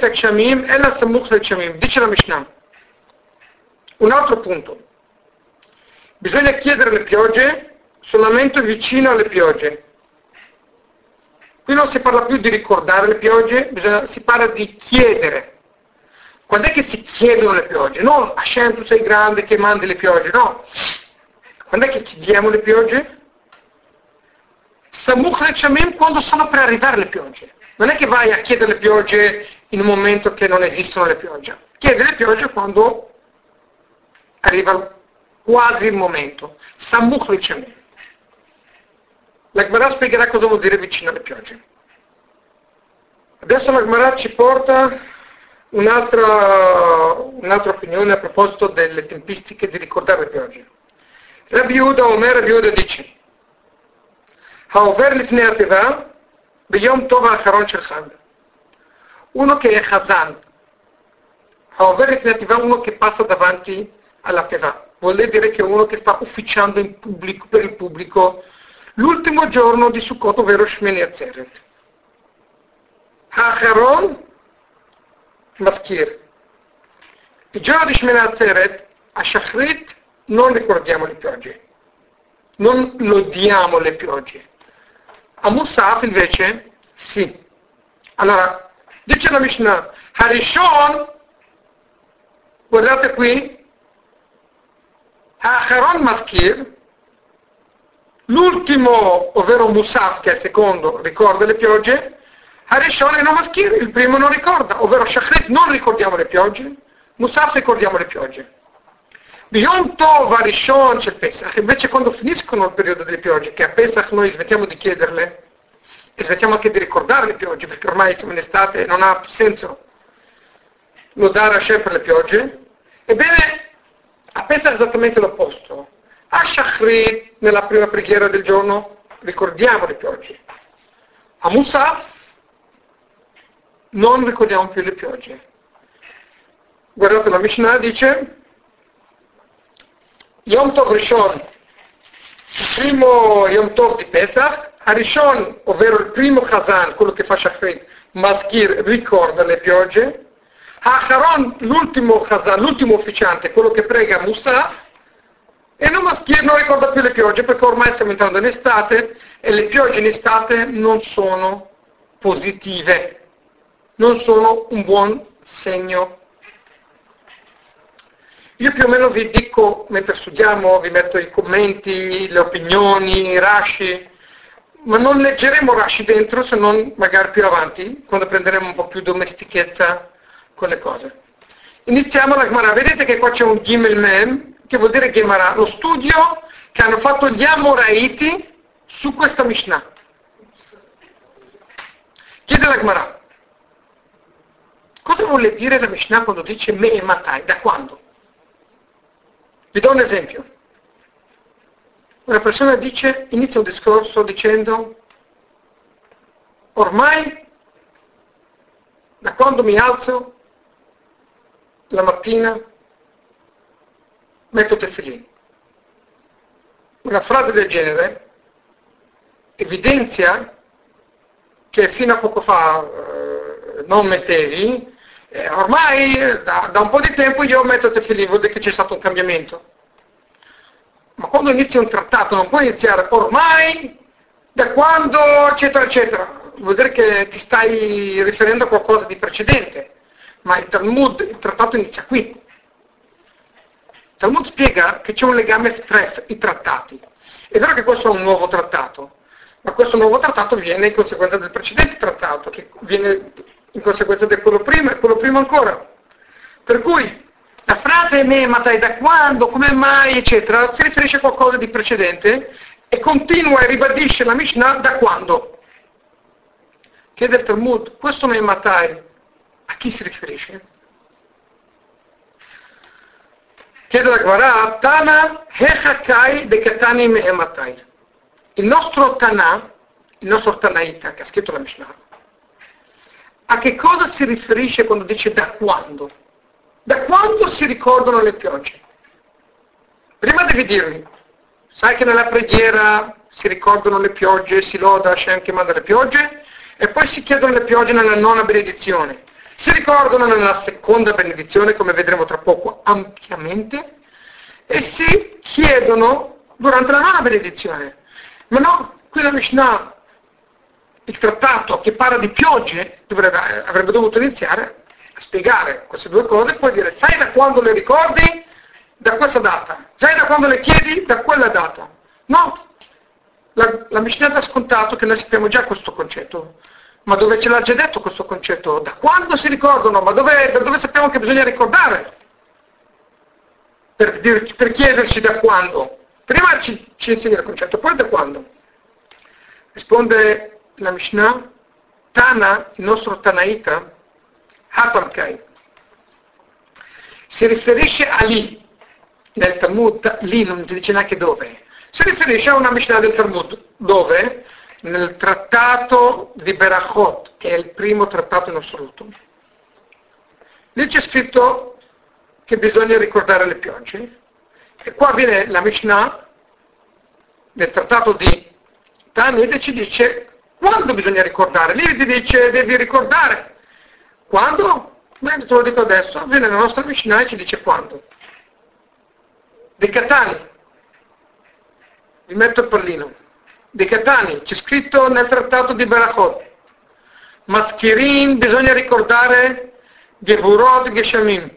Mishnah. Un altro punto. Bisogna chiedere le piogge solamente vicino alle piogge. Qui non si parla più di ricordare le piogge, bisogna, si parla di chiedere. Quando è che si chiedono le piogge? Non Hashem, tu sei grande che mandi le piogge, no. Quando è che chiediamo le piogge? Samuch lechamim, quando sono per arrivare le piogge. Non è che vai a chiedere le piogge in un momento che non esistono le piogge. Chiede le piogge quando arriva quasi il momento. Samuch lechamim. La Gemara spiegherà cosa vuol dire vicino alle piogge. Adesso la Gemara ci porta un'altra, un'altra opinione a proposito delle tempistiche di ricordare le piogge. Rabbi Yehuda, Omer Rabbi Yehuda dice, Haover lifnei ateva, b'yom tov ha'acharon shel Chag. Uno che è Chazan, Haover lifnei ateva, uno che passa davanti alla teva, vuol dire che è uno che sta ufficiando in pubblico, per il pubblico l'ultimo giorno di Sukkot, ovvero Shmini Atzeret. Ha'acharon maschir. Il giorno di Shmini Atzeret, a Shachrit, non ricordiamo le piogge, non lodiamo le piogge. A Musaf invece, sì. Allora, dice la Mishnah, Harishon, guardate qui, Ha'acharon maschir, l'ultimo, ovvero Musaf, che è il secondo, ricorda le piogge, Harishon è non maschir, il primo non ricorda, ovvero Shachrit non ricordiamo le piogge, Musaf ricordiamo le piogge. Biyom Tov Harishon c'è Pesach, invece quando finiscono il periodo delle piogge, che a Pesach noi smettiamo di chiederle, e smettiamo anche di ricordare le piogge, perché ormai siamo in estate e non ha più senso lodare Hashem per le piogge, ebbene a Pesach è esattamente l'opposto. A Shachrit, nella prima preghiera del giorno, ricordiamo le piogge. A Musaf non ricordiamo più le piogge. Guardate, la Mishnah dice Yom Tov Rishon, il primo Yom Tov di Pesach, Harishon, ovvero il primo Chazan, quello che fa Shachrit, Maschir, ricorda le piogge. Acharon, l'ultimo Chazan, l'ultimo ufficiante, quello che prega Musaf, e non Maschir non ricorda più le piogge perché ormai stiamo entrando in estate e le piogge in estate non sono positive, non sono un buon segno. Io più o meno vi dico, mentre studiamo, vi metto i commenti, le opinioni, i Rashi, ma non leggeremo Rashi dentro se non magari più avanti, quando prenderemo un po' più domestichezza con le cose. Iniziamo la Gemara. Vedete che qua c'è un Gimel Mem, che vuol dire Gemara, lo studio che hanno fatto gli Amoraiti su questa Mishnah. Chiede la Gemara, cosa vuole dire la Mishnah quando dice Me e Matai? Da quando? Vi do un esempio. Una persona dice, inizia un discorso dicendo, ormai, da quando mi alzo, la mattina, metto tefillin. Una frase del genere evidenzia che fino a poco fa eh, non mettevi, eh, ormai da, da un po' di tempo io metto tefillin, vuol dire che c'è stato un cambiamento. Ma quando inizi un trattato non puoi iniziare ormai, da quando, eccetera, eccetera. Vuol dire che ti stai riferendo a qualcosa di precedente. Ma il Talmud, il trattato inizia qui. Il Talmud spiega che c'è un legame tra i trattati. È vero che questo è un nuovo trattato, ma questo nuovo trattato viene in conseguenza del precedente trattato, che viene in conseguenza di quello prima e quello prima ancora. Per cui la frase me, matai, da quando, come mai, eccetera, si riferisce a qualcosa di precedente e continua e ribadisce la Mishnah da quando. Chiede il Talmud, questo me, matai, a chi si riferisce? Chiede la Gemara, Tana hechakai bekatani me, matai. Il nostro Tana, il nostro Tanaita, che ha scritto la Mishnah, a che cosa si riferisce quando dice da quando? Da quando si ricordano le piogge? Prima devi dirmi, sai che nella preghiera si ricordano le piogge, si loda Hashem che manda le piogge, e poi si chiedono le piogge nella nona benedizione. Si ricordano nella seconda benedizione, come vedremo tra poco ampiamente, e si chiedono durante la nona benedizione. Ma no, qui la Mishnah, il trattato che parla di piogge, dovrebbe, avrebbe dovuto iniziare a spiegare queste due cose e poi dire, sai da quando le ricordi? Da questa data. Sai da quando le chiedi? Da quella data. No, la, la Mishnah dà scontato che noi sappiamo già questo concetto. Ma dove ce l'ha già detto questo concetto? Da quando si ricordano? Ma dove, da dove sappiamo che bisogna ricordare? Per, dir, per chiederci da quando. Prima ci, ci insegna il concetto, poi da quando. Risponde la Mishnah, Tana, il nostro Tanaita, Hatamkai, si riferisce a lì, nel Talmud, lì non ti dice neanche dove, si riferisce a una Mishnah del Talmud, dove? Nel trattato di Berachot, che è il primo trattato in assoluto. Lì c'è scritto che bisogna ricordare le piogge, e qua viene la Mishnah, nel trattato di Tanit, e ci dice quando bisogna ricordare. Lì ti dice devi ricordare. Quando? Beh, te lo dico adesso, viene la nostra Mishnah e ci dice quando. De Catani, vi metto il pallino, De Catani, c'è scritto nel trattato di Berachot, Maskirin, bisogna ricordare Gevurot Geshamim.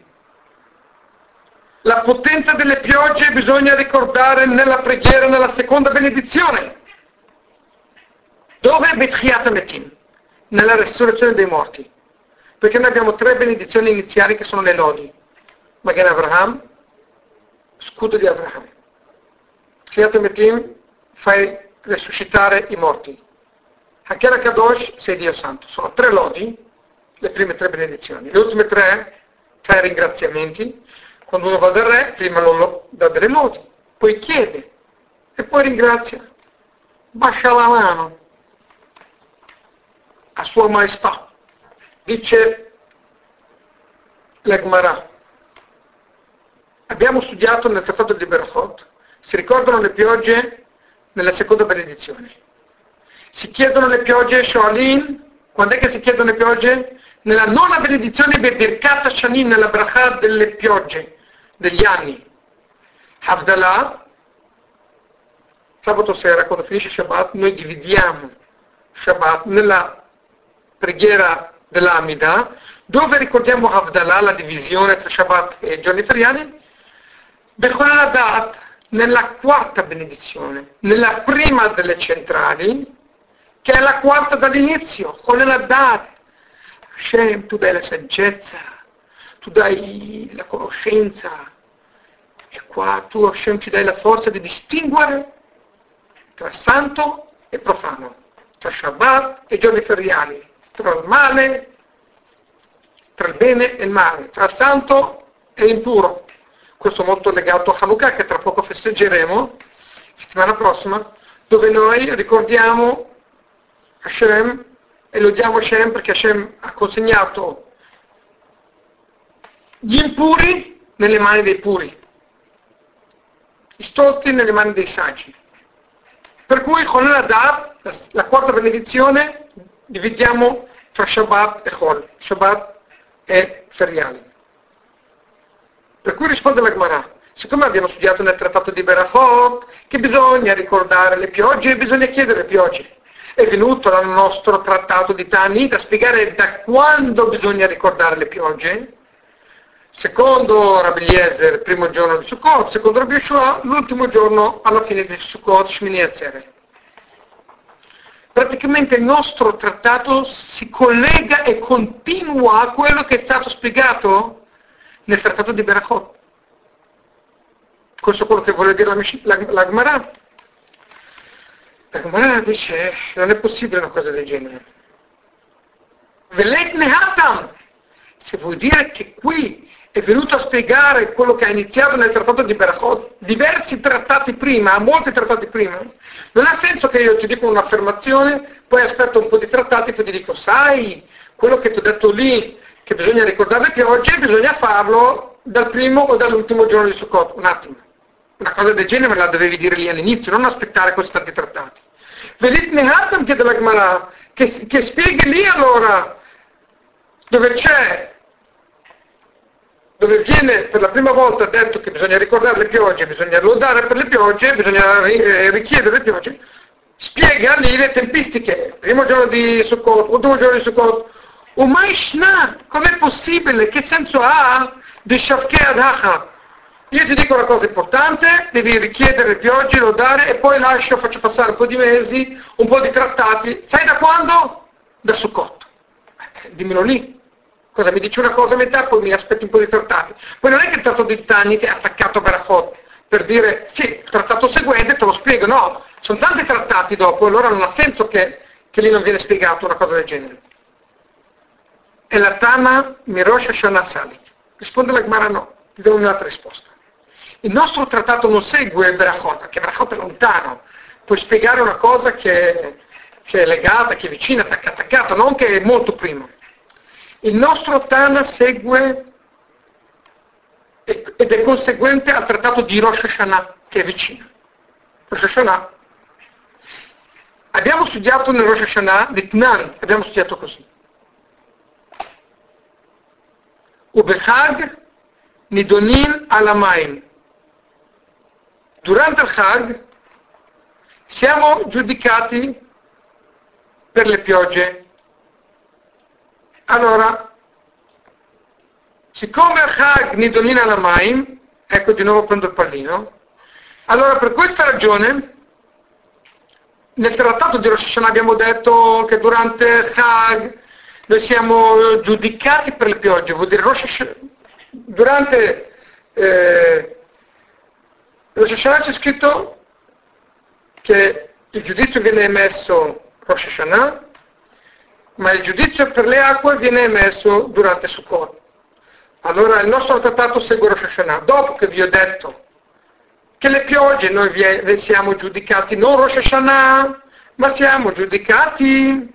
La potenza delle piogge bisogna ricordare nella preghiera, nella seconda benedizione. Dove? Betchiat Metim, nella resurrezione dei morti. Perché noi abbiamo tre benedizioni iniziali che sono le lodi. Magen Avraham, scudo di Avraham. Betchiat Metim, fai resuscitare i morti. Hakel Kadosh, sei Dio Santo. Sono tre lodi, le prime tre benedizioni. Le ultime tre, tre ringraziamenti. Quando uno va dal re, prima lo dà delle lodi, poi chiede, e poi ringrazia. bascia la mano a Sua Maestà, dice l'Egmarà. Abbiamo studiato nel trattato di Berachot, si ricordano le piogge nella seconda benedizione. Si chiedono le piogge, Shoalin, quando è che si chiedono le piogge? Nella nona benedizione Birkat Hashanim, nella bracha delle piogge, degli anni. Havdalah, sabato sera, quando finisce Shabbat, noi dividiamo Shabbat nella preghiera dell'Amida, dove ricordiamo Havdalah, la divisione tra Shabbat e giorni feriali, Bechol Adat, nella quarta benedizione, nella prima delle centrali, che è la quarta dall'inizio, Chol Adat. Hashem, tu dai la saggezza, tu dai la conoscenza, e qua tu Hashem ci dai la forza di distinguere tra santo e profano, tra Shabbat e giorni feriali, tra il male, tra il bene e il male, tra il santo e l'impuro. Questo è molto legato a Hanukkah, che tra poco festeggeremo, settimana prossima, dove noi ricordiamo Hashem e lodiamo Hashem perché Hashem ha consegnato gli impuri nelle mani dei puri, gli stolti nelle mani dei saggi. Per cui con la Adat, la, la quarta benedizione, dividiamo tra Shabbat e Chol, Shabbat e feriali. Per cui risponde la Gemara, siccome abbiamo studiato nel trattato di Berachot che bisogna ricordare le piogge e bisogna chiedere le piogge, è venuto dal nostro trattato di Tanit a spiegare da quando bisogna ricordare le piogge. Secondo Rabbi Eliezer, il primo giorno di Sukkot, secondo Rabbi Yeshua, l'ultimo giorno alla fine di Sukkot, Shmini Atzeret. Praticamente il nostro trattato si collega e continua a quello che è stato spiegato nel trattato di Berachot. Questo è quello che vuole dire la, la, la Gemara. La Gemara dice, non è possibile una cosa del genere. Velet nehatam. Se vuol dire che qui è venuto a spiegare quello che ha iniziato nel trattato di Berachot, diversi trattati prima, molti trattati prima, non ha senso che io ti dico un'affermazione, poi aspetto un po' di trattati e poi ti dico, sai, quello che ti ho detto lì, che bisogna ricordare le piogge, bisogna farlo dal primo o dall'ultimo giorno di Sukkot. Un attimo. Una cosa del genere me la dovevi dire lì all'inizio, non aspettare questi tanti trattati. Velit Nehatam chiede la Gemara, che, che spieghi lì allora, dove c'è, dove viene per la prima volta detto che bisogna ricordare le piogge, bisogna lodare per le piogge, bisogna richiedere le piogge, spiega lì le tempistiche, primo giorno di Sukkot, ultimo giorno di Sukkot. Umaishna, com'è possibile? Che senso ha di Shavkei Adhacha? Io ti dico una cosa importante, devi richiedere le piogge, lodare e poi lascio, faccio passare un po' di mesi, un po' di trattati. Sai da quando? Da Sukkot. Eh, dimmelo lì. Cosa mi dici una cosa a metà, poi mi aspetti un po' di trattati. Poi non è che il trattato di Tanit è attaccato a Berachot per dire sì, il trattato seguente te lo spiego, no, sono tanti trattati dopo, allora non ha senso che, che lì non viene spiegato una cosa del genere. E la Tana Mirosh Hashanah Salik. Risponde la Gemara no, ti do un'altra risposta. Il nostro trattato non segue Berachot, perché Berachot è lontano, puoi spiegare una cosa che, che è legata, che è vicina, attaccata, non che è molto prima. Il nostro Tana segue ed è conseguente al trattato di Rosh Hashanah, che è vicino. Rosh Hashanah. Abbiamo studiato nel Rosh Hashanah di Tnan, abbiamo studiato così. Ubechag nidonin alamaim. Durante il Chag siamo giudicati per le piogge. Allora, siccome il Chag nidonin alamaim, ecco di nuovo prendo il pallino, allora per questa ragione nel trattato di Rosh Hashanah abbiamo detto che durante il Chag noi siamo giudicati per le piogge, vuol dire Rosh Hashanah, durante eh, Rosh Hashanah c'è scritto che il giudizio viene emesso Rosh Hashanah, ma il giudizio per le acque viene emesso durante Sukkot. Allora il nostro trattato segue Rosh Hashanah. Dopo che vi ho detto che le piogge noi vi siamo giudicati non Rosh Hashanah, ma siamo giudicati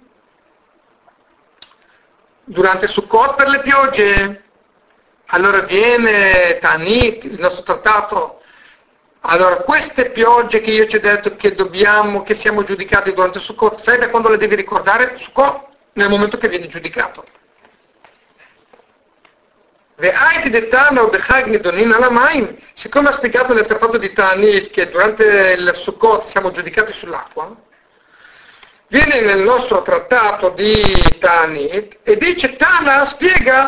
durante Sukkot per le piogge. Allora viene Tanit, il nostro trattato. Allora, queste piogge che io ci ho detto che dobbiamo, che siamo giudicati durante Sukkot, sai da quando le devi ricordare? Sukkot, nel momento che vieni giudicato. Siccome ha spiegato nel trattato di Tanit che durante il Sukkot siamo giudicati sull'acqua, viene nel nostro trattato di Tanit e dice, Tana spiega,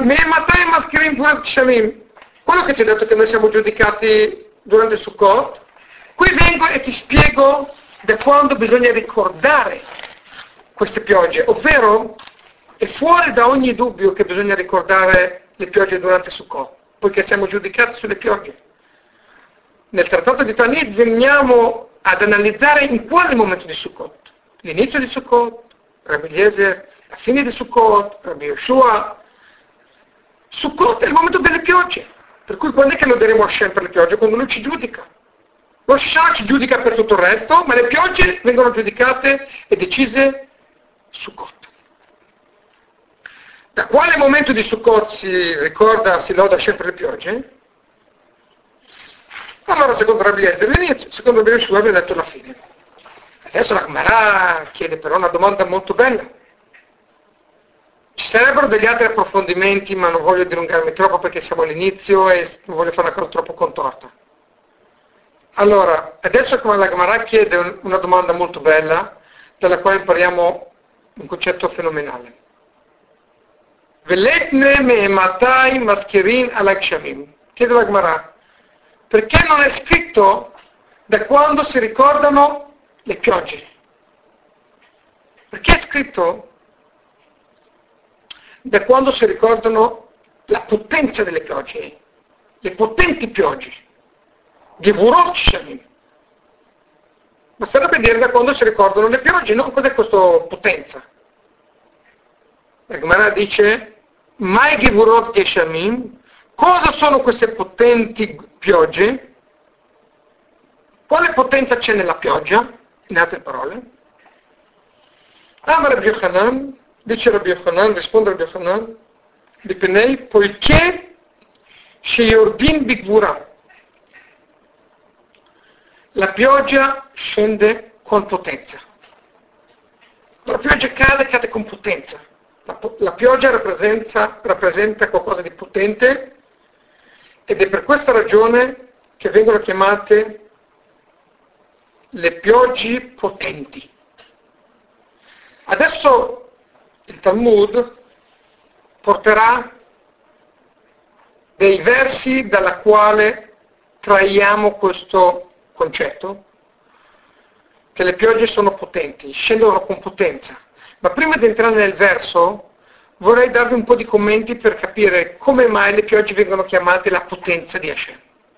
quello che ti ho detto che noi siamo giudicati durante Sukkot, qui vengo e ti spiego da quando bisogna ricordare queste piogge, ovvero è fuori da ogni dubbio che bisogna ricordare le piogge durante Sukkot, poiché siamo giudicati sulle piogge. Nel trattato di Tanit veniamo ad analizzare in quale momento di Sukkot. L'inizio di Sukkot, Rabbi Eliezer, la fine di Sukkot, Rabbi Yoshua. Sukkot è il momento delle piogge, per cui quando è che lo daremo a Hashem per le piogge? Quando lui ci giudica. Lo Shah ci giudica per tutto il resto, ma le piogge vengono giudicate e decise Sukkot. Da quale momento di Sukkot si ricorda, si loda Hashem per le piogge? Allora, secondo Rabbi Eliezer l'inizio, secondo Rabbi Yoshua abbiamo detto la fine. Adesso la Gemara chiede però una domanda molto bella. Ci sarebbero degli altri approfondimenti, ma non voglio dilungarmi troppo perché siamo all'inizio e non voglio fare una cosa troppo contorta. Allora, adesso come la Gemara chiede una domanda molto bella, dalla quale impariamo un concetto fenomenale. Veletne me matai mascherin alakshamim. Chiede la Gemara, perché non è scritto da quando si ricordano le piogge? Perché è scritto da quando si ricordano la potenza delle piogge, le potenti piogge, Gevurot Shamim. Basterebbe dire da quando si ricordano le piogge, no? Cos'è questa potenza? La Gemara dice, Mai Gevurot Geshamim, cosa sono queste potenti piogge? Quale potenza c'è nella pioggia? In altre parole, Amar Rabbi Yochanan, dice Rabbi Yochanan, risponde Rabbi Yochanan, di Penei, poiché Sheyordin Bigvura, la pioggia scende con potenza. La pioggia cade, cade con potenza. La, la pioggia rappresenta, rappresenta qualcosa di potente ed è per questa ragione che vengono chiamate le piogge potenti. Adesso il Talmud porterà dei versi dalla quale traiamo questo concetto, che le piogge sono potenti, scendono con potenza. Ma prima di entrare nel verso vorrei darvi un po' di commenti per capire come mai le piogge vengono chiamate la potenza di Hashem.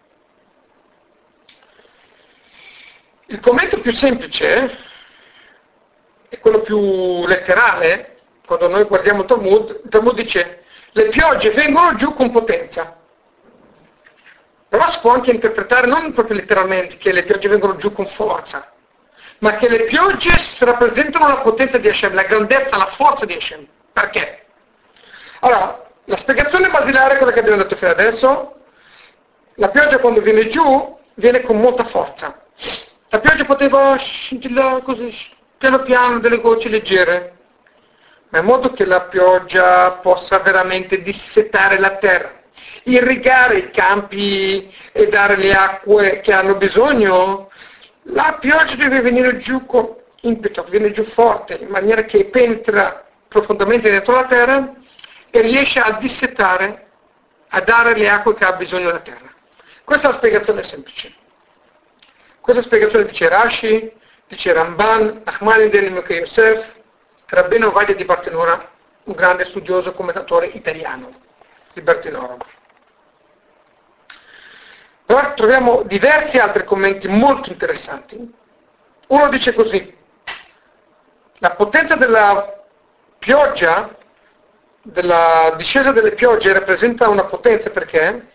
Il commento più semplice è quello più letterale. Quando noi guardiamo il Talmud, il Talmud dice le piogge vengono giù con potenza. Però si può anche interpretare non proprio letteralmente che le piogge vengono giù con forza, ma che le piogge rappresentano la potenza di Hashem, la grandezza, la forza di Hashem. Perché? Allora, la spiegazione basilare è quella che abbiamo detto fino adesso. La pioggia quando viene giù viene con molta forza. La pioggia poteva scintillare così, piano piano, delle gocce leggere, ma in modo che la pioggia possa veramente dissetare la terra, irrigare i campi e dare le acque che hanno bisogno, la pioggia deve venire giù con impeto, viene giù forte, in maniera che penetra profondamente dentro la terra e riesce a dissetare, a dare le acque che ha bisogno la terra. Questa è la spiegazione semplice. Questa spiegazione dice Rashi, dice Ramban, Nachmanides, Mekhe Yosef, Rabbeinu Ovadia di Bartenura, un grande studioso commentatore italiano di Bartenura. Però troviamo diversi altri commenti molto interessanti. Uno dice così: la potenza della pioggia, della discesa delle piogge rappresenta una potenza perché?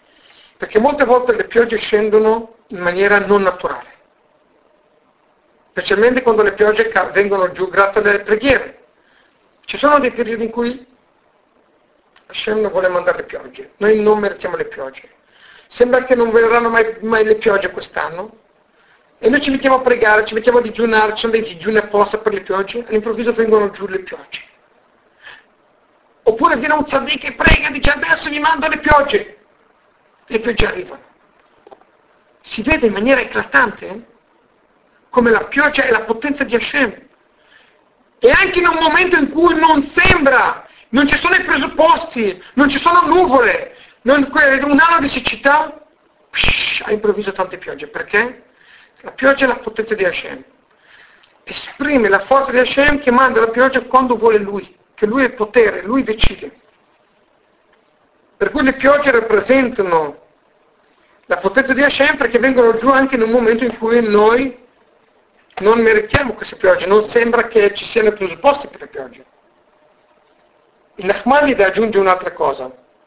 Perché molte volte le piogge scendono in maniera non naturale. specialmente quando le piogge ca- vengono giù grazie alle preghiere. Ci sono dei periodi in cui Hashem non vuole mandare le piogge, noi non meritiamo le piogge. Sembra che non verranno mai, mai le piogge quest'anno, e noi ci mettiamo a pregare, ci mettiamo a digiunare, ci sono dei digiuni apposta per le piogge, all'improvviso vengono giù le piogge. Oppure viene un tzaddik che prega e dice adesso vi mando le piogge, le piogge arrivano. Si vede in maniera eclatante eh? come la pioggia è la potenza di Hashem. E anche in un momento in cui non sembra, non ci sono i presupposti, non ci sono nuvole, non, un anno di siccità, psh, all'improvviso tante piogge. Perché? La pioggia è la potenza di Hashem. Esprime la forza di Hashem che manda la pioggia quando vuole Lui, che Lui è il potere, Lui decide. Per cui le piogge rappresentano la potenza di Hashem perché vengono giù anche in un momento in cui noi non meritiamo queste piogge, non sembra che ci siano i presupposti per le piogge. Il Nachmanide aggiunge un'altra cosa.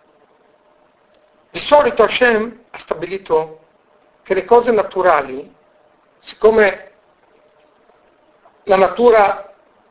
Di solito Hashem ha stabilito che le cose naturali, siccome la natura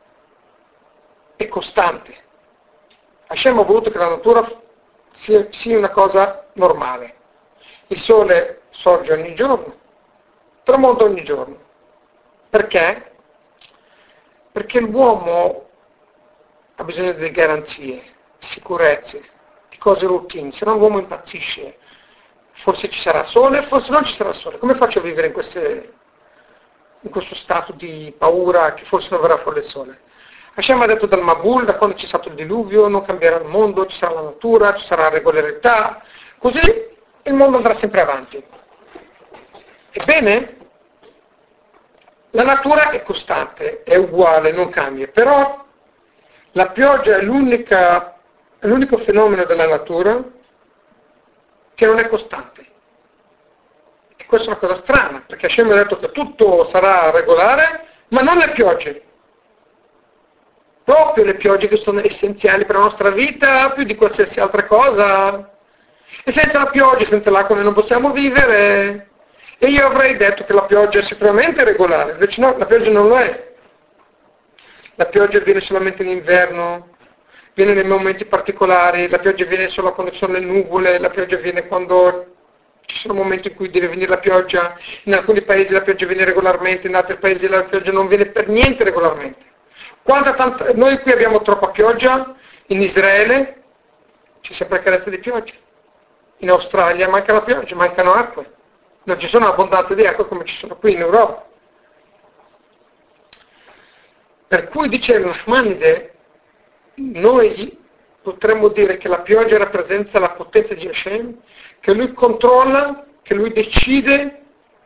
è costante, Hashem ha voluto che la natura sia, sia una cosa normale. Il sole sorge ogni giorno, tramonta ogni giorno. Perché? Perché l'uomo ha bisogno di garanzie, sicurezze, di cose routine, se no l'uomo impazzisce. Forse ci sarà sole, forse non ci sarà sole. Come faccio a vivere in, queste, in questo stato di paura che forse non verrà fuori il sole? Hashem ha detto dal Mabul, da quando c'è stato il diluvio, non cambierà il mondo, ci sarà la natura, ci sarà regolarità, così il mondo andrà sempre avanti. Ebbene, la natura è costante, è uguale, non cambia, però la pioggia è, l'unica, è l'unico fenomeno della natura che non è costante. E questa è una cosa strana, perché Hashem ha detto che tutto sarà regolare, ma non le piogge. Proprio le piogge che sono essenziali per la nostra vita, più di qualsiasi altra cosa. E senza la pioggia, senza l'acqua noi non possiamo vivere. E io avrei detto che la pioggia è sicuramente regolare, invece no, la pioggia non lo è. La pioggia viene solamente in inverno, viene nei momenti particolari, la pioggia viene solo quando ci sono le nuvole, la pioggia viene quando ci sono momenti in cui deve venire la pioggia, in alcuni paesi la pioggia viene regolarmente, in altri paesi la pioggia non viene per niente regolarmente. Quanta tanta, noi qui abbiamo troppa pioggia, in Israele c'è sempre carenza di pioggia, in Australia manca la pioggia, mancano acque. Non ci sono abbondanza di acqua come ci sono qui in Europa. Per cui dice il Nachmanide, noi potremmo dire che la pioggia rappresenta la potenza di Hashem, che Lui controlla, che Lui decide,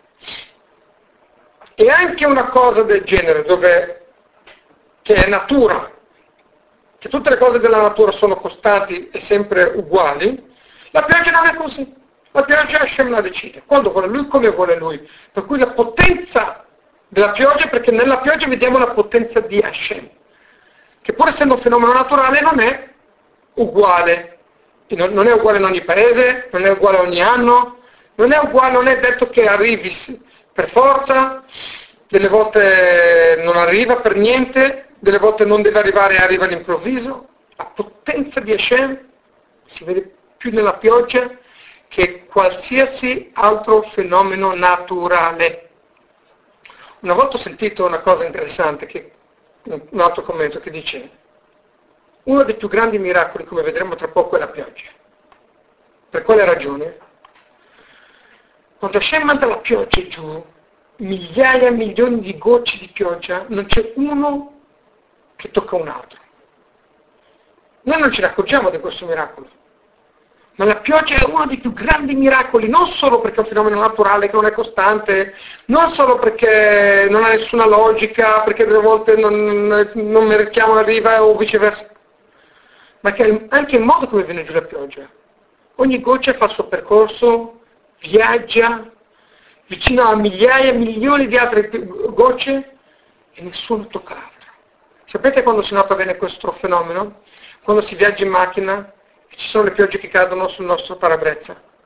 e anche una cosa del genere, dove, che è natura, che tutte le cose della natura sono costanti e sempre uguali, la pioggia non è così. La pioggia Hashem la decide, quando vuole Lui, come vuole Lui. Per cui la potenza della pioggia, perché nella pioggia vediamo la potenza di Hashem, che pur essendo un fenomeno naturale non è uguale. Non è uguale in ogni paese, non è uguale ogni anno, non è uguale, non è detto che arrivi per forza, delle volte non arriva per niente, delle volte non deve arrivare e arriva all'improvviso. La potenza di Hashem si vede più nella pioggia che qualsiasi altro fenomeno naturale. Una volta ho sentito una cosa interessante, che, un altro commento che dice: uno dei più grandi miracoli, come vedremo tra poco, è la pioggia. Per quale ragione? Quando Hashem manda la pioggia giù, migliaia, milioni di gocce di pioggia, non c'è uno che tocca un altro. Noi non ce ne accorgiamo di questo miracolo. Ma la pioggia è uno dei più grandi miracoli, non solo perché è un fenomeno naturale che non è costante, non solo perché non ha nessuna logica, perché delle volte non, non meritiamo arriva o viceversa, ma che anche il modo come viene giù la pioggia. Ogni goccia fa il suo percorso, viaggia vicino a migliaia, milioni di altre gocce e nessuno tocca l'altro. Sapete quando si nota bene questo fenomeno? Quando si viaggia in macchina e ci sono le piogge che cadono sul nostro parabrezza.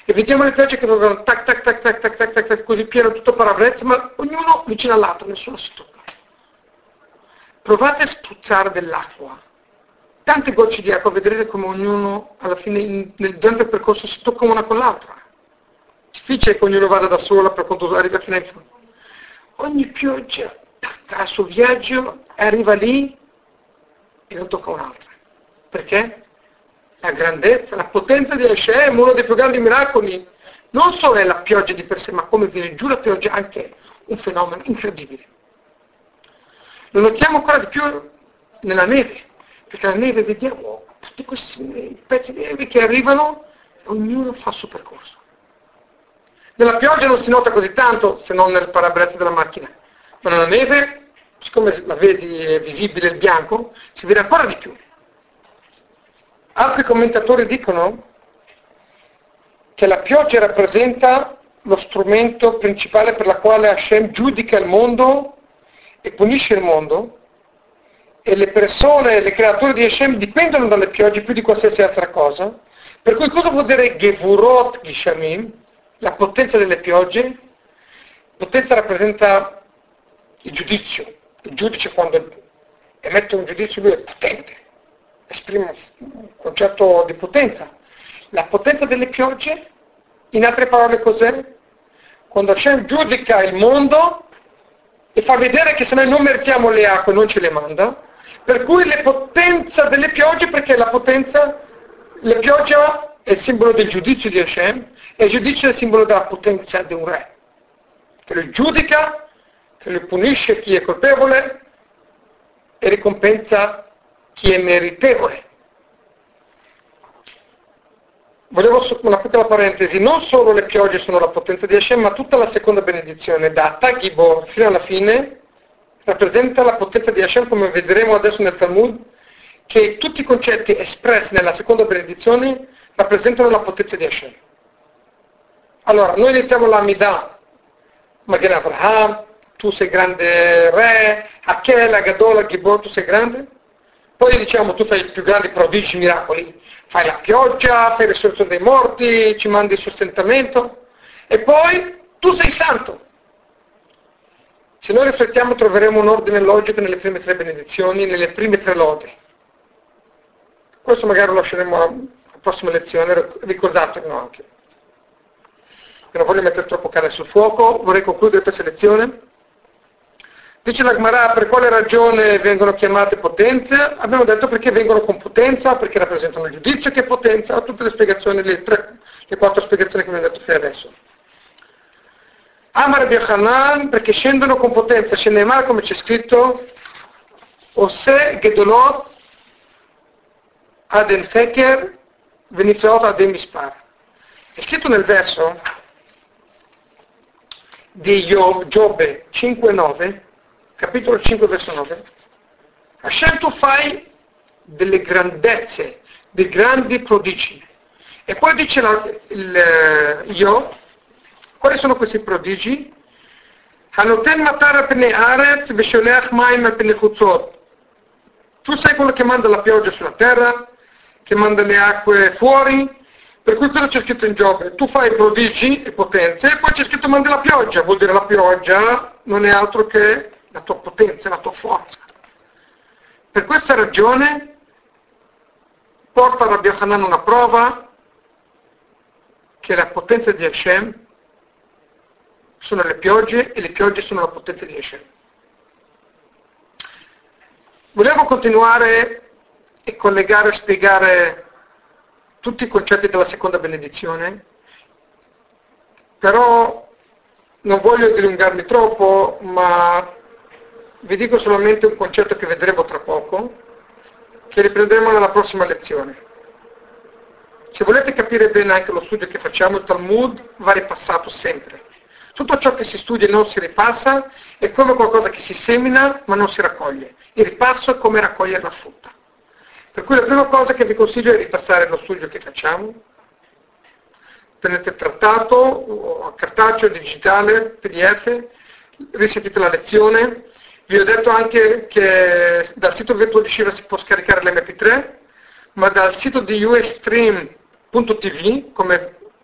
e vediamo le piogge che vengono tac tac tac tac tac tac tac, tac così pieno, tutto parabrezza, ma ognuno vicino all'altro, nessuno si tocca. Provate a spruzzare dell'acqua, tante gocce di acqua, vedrete come ognuno alla fine in, nel, durante il percorso si tocca una con l'altra. Difficile che ognuno vada da sola per quanto arriva fino in fondo. Ogni pioggia fa il suo viaggio, arriva lì e non tocca un'altra. Perché? La grandezza, la potenza di Hashem, uno dei più grandi miracoli, non solo è la pioggia di per sé, ma come viene giù la pioggia, anche un fenomeno incredibile. Lo notiamo ancora di più nella neve, perché la neve vediamo tutti questi pezzi di neve che arrivano e ognuno fa il suo percorso. Nella pioggia non si nota così tanto, se non nel parabrezza della macchina, ma nella neve, siccome la vedi è visibile il bianco, si vede ancora di più. Altri commentatori dicono che la pioggia rappresenta lo strumento principale per la quale Hashem giudica il mondo e punisce il mondo, e le persone, le creature di Hashem dipendono dalle piogge più di qualsiasi altra cosa, per cui cosa vuol dire Gevurot Gishamim, la potenza delle piogge? Potenza rappresenta il giudizio, il giudice quando emette un giudizio lui è potente, esprime un concetto di potenza. La potenza delle piogge, in altre parole cos'è? Quando Hashem giudica il mondo e fa vedere che se noi non meritiamo le acque non ce le manda, per cui la potenza delle piogge, perché la potenza, la pioggia è il simbolo del giudizio di Hashem e il giudizio è il simbolo della potenza di un re, che lo giudica, che lo punisce chi è colpevole e ricompensa chi è meritevole. Volevo una piccola parentesi, non solo le piogge sono la potenza di Hashem, ma tutta la seconda benedizione, da Tagibor fino alla fine, rappresenta la potenza di Hashem, come vedremo adesso nel Talmud, che tutti i concetti espressi nella seconda benedizione rappresentano la potenza di Hashem. Allora, noi iniziamo la Midah, Magen Avraham, tu sei grande re, Hakel, Agadol, Gibor, tu sei grande. Poi diciamo, tu fai i più grandi prodigi, miracoli, fai la pioggia, fai la risurrezione dei morti, ci mandi il sostentamento, e poi tu sei santo. Se noi riflettiamo troveremo un ordine logico nelle prime tre benedizioni, nelle prime tre lodi. Questo magari lo lasceremo alla prossima lezione, ricordatelo anche. Non voglio mettere troppo carne sul fuoco, vorrei concludere questa lezione. Dice la Gemara, per quale ragione vengono chiamate potenze? Abbiamo detto perché vengono con potenza, perché rappresentano il giudizio che è potenza, tutte le spiegazioni, le, tre, le quattro spiegazioni che abbiamo detto fino adesso. Amar Biochanan, perché scendono con potenza, scende male come c'è scritto, Ose Gedolot Aden Feker Venifeot Adem Mispar. È scritto nel verso di Giobbe cinque nove, capitolo cinque verso nove, Hashem tu fai delle grandezze, dei grandi prodigi. E poi dice la, il Io, quali sono questi prodigi? Hanoten matar pene aretz vesholeach maim pene chutzot. Tu sei quello che manda la pioggia sulla terra, che manda le acque fuori, per cui cosa c'è scritto in Giobbe? Tu fai prodigi e potenze, e poi c'è scritto manda la pioggia, vuol dire la pioggia non è altro che la tua potenza, la tua forza. Per questa ragione porta a Rabbi Yochanan una prova che la potenza di Hashem sono le piogge e le piogge sono la potenza di Hashem. Volevo continuare e collegare e spiegare tutti i concetti della seconda benedizione, però non voglio dilungarmi troppo, ma vi dico solamente un concetto che vedremo tra poco, che riprenderemo nella prossima lezione. Se volete capire bene anche lo studio che facciamo, il Talmud va ripassato sempre. Tutto ciò che si studia e non si ripassa è come qualcosa che si semina ma non si raccoglie. Il ripasso è come raccogliere la frutta. Per cui la prima cosa che vi consiglio è ripassare lo studio che facciamo. Prendete il trattato, o cartaceo, digitale, P D F, risentite la lezione. Vi ho detto anche che dal sito Virtual di Shiva si può scaricare l'emme pi tre, ma dal sito di ustream punto ti vu, come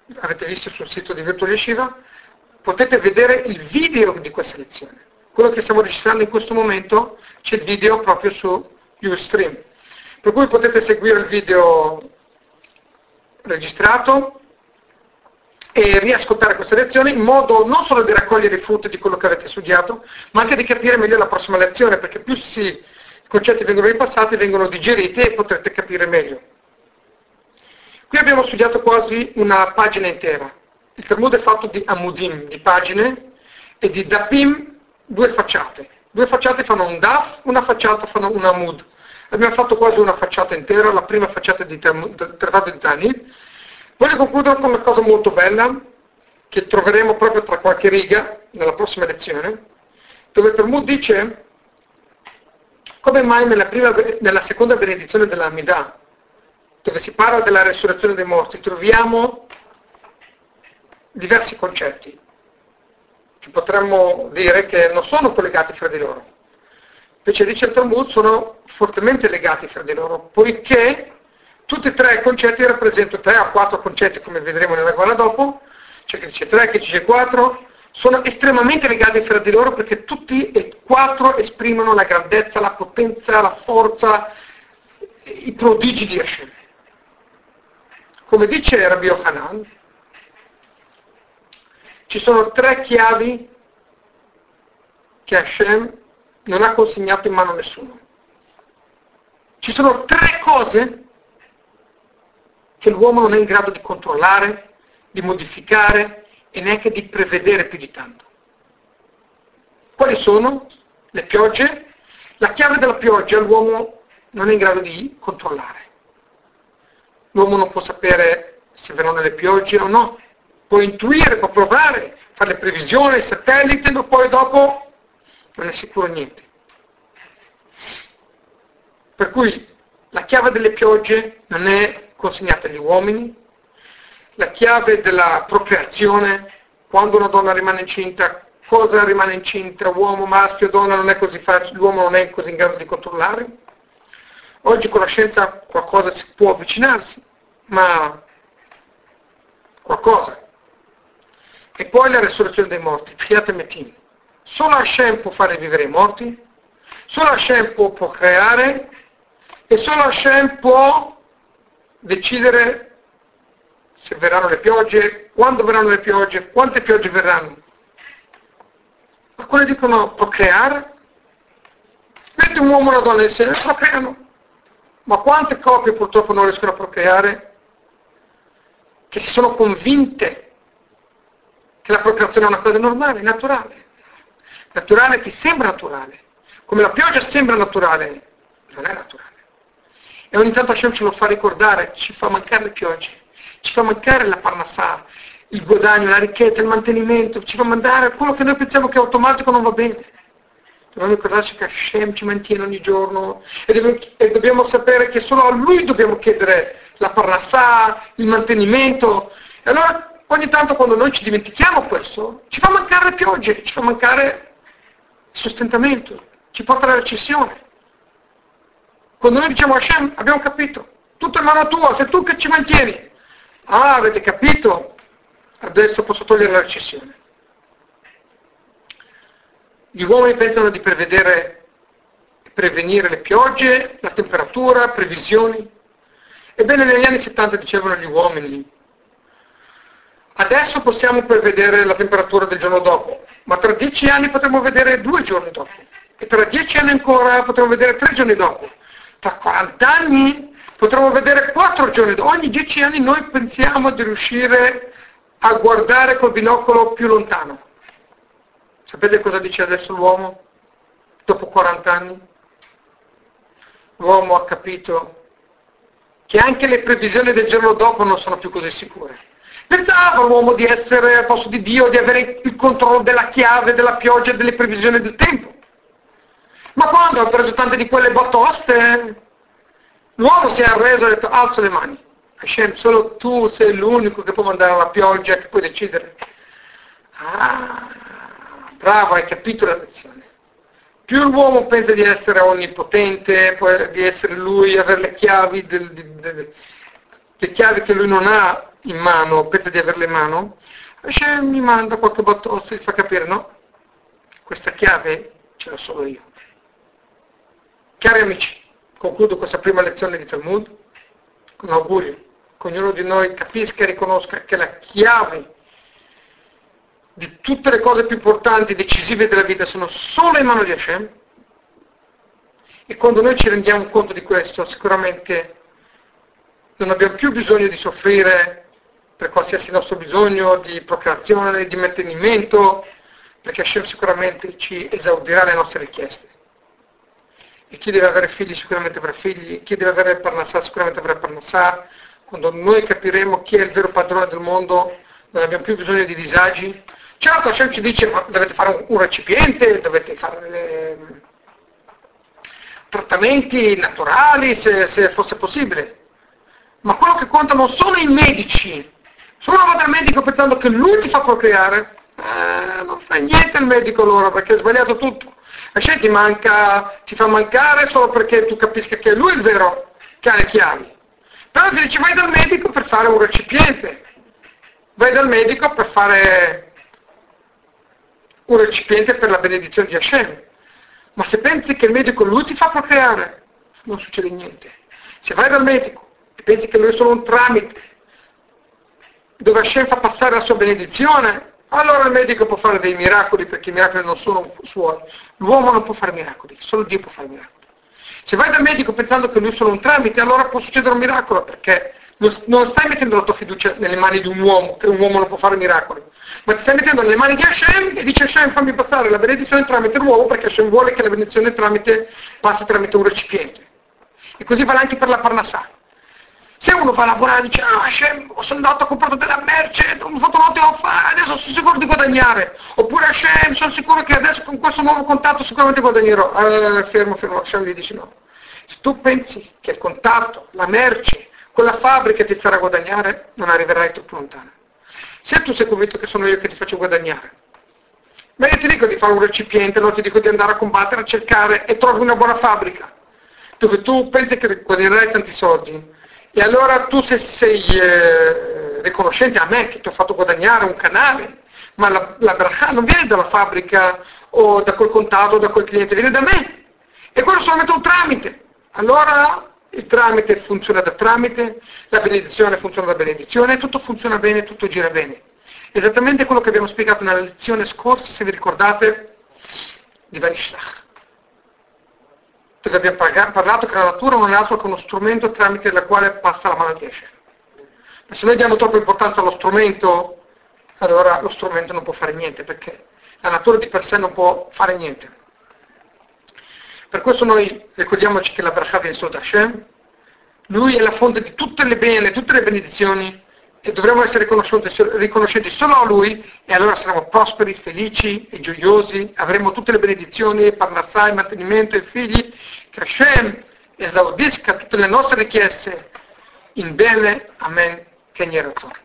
avete visto sul sito di Virtual Yeshiva, potete vedere il video di questa lezione. Quello che stiamo registrando in questo momento, c'è il video proprio su Ustream. Per cui potete seguire il video registrato e riascoltare queste lezioni in modo non solo di raccogliere i frutti di quello che avete studiato, ma anche di capire meglio la prossima lezione, perché più si, i concetti vengono ripassati, vengono digeriti e potrete capire meglio. Qui abbiamo studiato quasi una pagina intera. Il Talmud è fatto di amudim, di pagine, e di dapim, due facciate. Due facciate fanno un daf, una facciata fanno un amud. Abbiamo fatto quasi una facciata intera, la prima facciata di del Trattato di Tanit. Voglio concludere con una cosa molto bella, che troveremo proprio tra qualche riga, nella prossima lezione, dove il Talmud dice come mai nella, prima, nella seconda benedizione della Amidah, dove si parla della resurrezione dei morti, troviamo diversi concetti che potremmo dire che non sono collegati fra di loro. Invece dice il Talmud sono fortemente legati fra di loro, poiché tutti e tre i concetti rappresentano, tre o quattro concetti come vedremo nella guarda dopo, c'è chi dice tre, chi dice quattro, sono estremamente legati fra di loro perché tutti e quattro esprimono la grandezza, la potenza, la forza, i prodigi di Hashem. Come dice Rabbi Yochanan, ci sono tre chiavi che Hashem non ha consegnato in mano a nessuno. Ci sono tre cose che l'uomo non è in grado di controllare, di modificare e neanche di prevedere più di tanto. Quali sono? Le piogge. La chiave della pioggia l'uomo non è in grado di controllare. L'uomo non può sapere se verranno le piogge o no. Può intuire, può provare, fare le previsioni, il satellite, ma poi dopo non è sicuro niente. Per cui la chiave delle piogge non è consegnata agli uomini, la chiave della procreazione, quando una donna rimane incinta, cosa rimane incinta, uomo, maschio, donna, non è così facile, l'uomo non è così in grado di controllare. Oggi con la scienza qualcosa si può avvicinarsi, ma qualcosa. E poi la resurrezione dei morti, Tchiat Metim. Solo Hashem può fare vivere i morti, solo Hashem può procreare e solo Hashem può decidere se verranno le piogge, quando verranno le piogge, quante piogge verranno. Ma quelli dicono procreare? Metti un uomo e una donna insieme, procreano. Ma quante coppie purtroppo non riescono a procreare che si sono convinte che la procreazione è una cosa normale, naturale. Naturale che sembra naturale. Come la pioggia sembra naturale, non è naturale. E ogni tanto Hashem ce lo fa ricordare, ci fa mancare le piogge, ci fa mancare la parnassà, il guadagno, la ricchezza, il mantenimento, ci fa mandare quello che noi pensiamo che è automatico non va bene. Dobbiamo ricordarci che Hashem ci mantiene ogni giorno e, dobbiamo, e dobbiamo sapere che solo a Lui dobbiamo chiedere la parnassà, il mantenimento. E allora ogni tanto quando noi ci dimentichiamo questo, ci fa mancare le piogge, ci fa mancare il sostentamento, ci porta alla recessione. Quando noi diciamo a Hashem, abbiamo capito, tutto è in mano tua, sei tu che ci mantieni. Ah, avete capito? Adesso posso togliere la recessione. Gli uomini pensano di prevedere, prevenire le piogge, la temperatura, previsioni. Ebbene, negli anni settanta dicevano gli uomini, adesso possiamo prevedere la temperatura del giorno dopo, ma tra dieci anni potremo vedere due giorni dopo, e tra dieci anni ancora potremo vedere tre giorni dopo, tra quaranta anni potremo vedere quattro giorni dopo. Ogni dieci anni noi pensiamo di riuscire a guardare col binocolo più lontano. Sapete cosa dice adesso l'uomo? Dopo quaranta anni? L'uomo ha capito che anche le previsioni del giorno dopo non sono più così sicure. Pensava l'uomo di essere al posto di Dio, di avere il controllo della chiave, della pioggia e delle previsioni del tempo. Ma quando ha preso tante di quelle batoste, l'uomo si è arreso e ha detto alzo le mani. Hashem, solo tu sei l'unico che può mandare la pioggia, che puoi decidere. Ah, bravo, hai capito la lezione. Più l'uomo pensa di essere onnipotente, di essere lui, avere le chiavi, del, del, del, le chiavi che lui non ha, in mano, pensa di averle in mano, Hashem mi manda qualche battozzo e fa capire no, questa chiave ce l'ho solo io. Cari amici, concludo questa prima lezione di Talmud con l'augurio che ognuno di noi capisca e riconosca che la chiave di tutte le cose più importanti e decisive della vita sono solo in mano di Hashem, e quando noi ci rendiamo conto di questo sicuramente non abbiamo più bisogno di soffrire per qualsiasi nostro bisogno di procreazione, di mantenimento, perché Hashem sicuramente ci esaudirà le nostre richieste. E chi deve avere figli sicuramente avrà figli, chi deve avere Parnassà sicuramente avrà Parnassà. Quando noi capiremo chi è il vero padrone del mondo, non abbiamo più bisogno di disagi. Certo, Hashem ci dice, ma dovete fare un, un recipiente, dovete fare delle, trattamenti naturali, se, se fosse possibile. Ma quello che conta non sono i medici. Se uno va dal medico pensando che lui ti fa procreare, eh, non fa niente il medico allora, perché è sbagliato tutto. Hashem ti manca, ti fa mancare solo perché tu capisca che è lui il vero che ha le chiavi. Però ti dice vai dal medico per fare un recipiente, vai dal medico per fare un recipiente per la benedizione di Hashem. Ma se pensi che il medico lui ti fa procreare, non succede niente. Se vai dal medico e pensi che lui è solo un tramite, dove Hashem fa passare la sua benedizione, allora il medico può fare dei miracoli, perché i miracoli non sono suoi. L'uomo non può fare miracoli, solo Dio può fare miracoli. Se vai dal medico pensando che lui è solo un tramite, allora può succedere un miracolo, perché non stai mettendo la tua fiducia nelle mani di un uomo, che un uomo non può fare miracoli, ma ti stai mettendo nelle mani di Hashem e dice Hashem fammi passare la benedizione tramite l'uomo, perché Hashem vuole che la benedizione tramite passi tramite un recipiente. E così vale anche per la Parnassà. Se uno va a lavorare e dice ah Hashem, sono andato, ho comprato della merce, ho fatto un ottimo affare, adesso sono sicuro di guadagnare. Oppure Hashem, sono sicuro che adesso con questo nuovo contatto sicuramente guadagnerò. Eh, fermo, fermo, Hashem gli dice no. Se tu pensi che il contatto, la merce, quella fabbrica ti farà guadagnare, non arriverai troppo lontano. Se tu sei convinto che sono io che ti faccio guadagnare, ma io ti dico di fare un recipiente, non ti dico di andare a combattere, a cercare e trovi una buona fabbrica, dove tu pensi che guadagnerai tanti soldi, e allora tu se sei eh, riconoscente a me che ti ho fatto guadagnare un canale, ma la, la bracha non viene dalla fabbrica o da quel contatto o da quel cliente, viene da me. E quello è solamente un tramite. Allora il tramite funziona da tramite, la benedizione funziona da benedizione, tutto funziona bene, tutto gira bene. Esattamente quello che abbiamo spiegato nella lezione scorsa, se vi ricordate, di Vanishlach. Dove abbiamo parlato che la natura non è altro che uno strumento tramite il quale passa la mano di Hashem. Ma se noi diamo troppa importanza allo strumento, allora lo strumento non può fare niente, perché la natura di per sé non può fare niente. Per questo noi ricordiamoci che la bracha viene solo da Hashem, lui è la fonte di tutte le bene, tutte le benedizioni, e dovremo essere riconoscenti solo a lui, e allora saremo prosperi, felici e gioiosi, avremo tutte le benedizioni, parnassà, il mantenimento, i figli, che Hashem esaudisca tutte le nostre richieste in bene, amen, che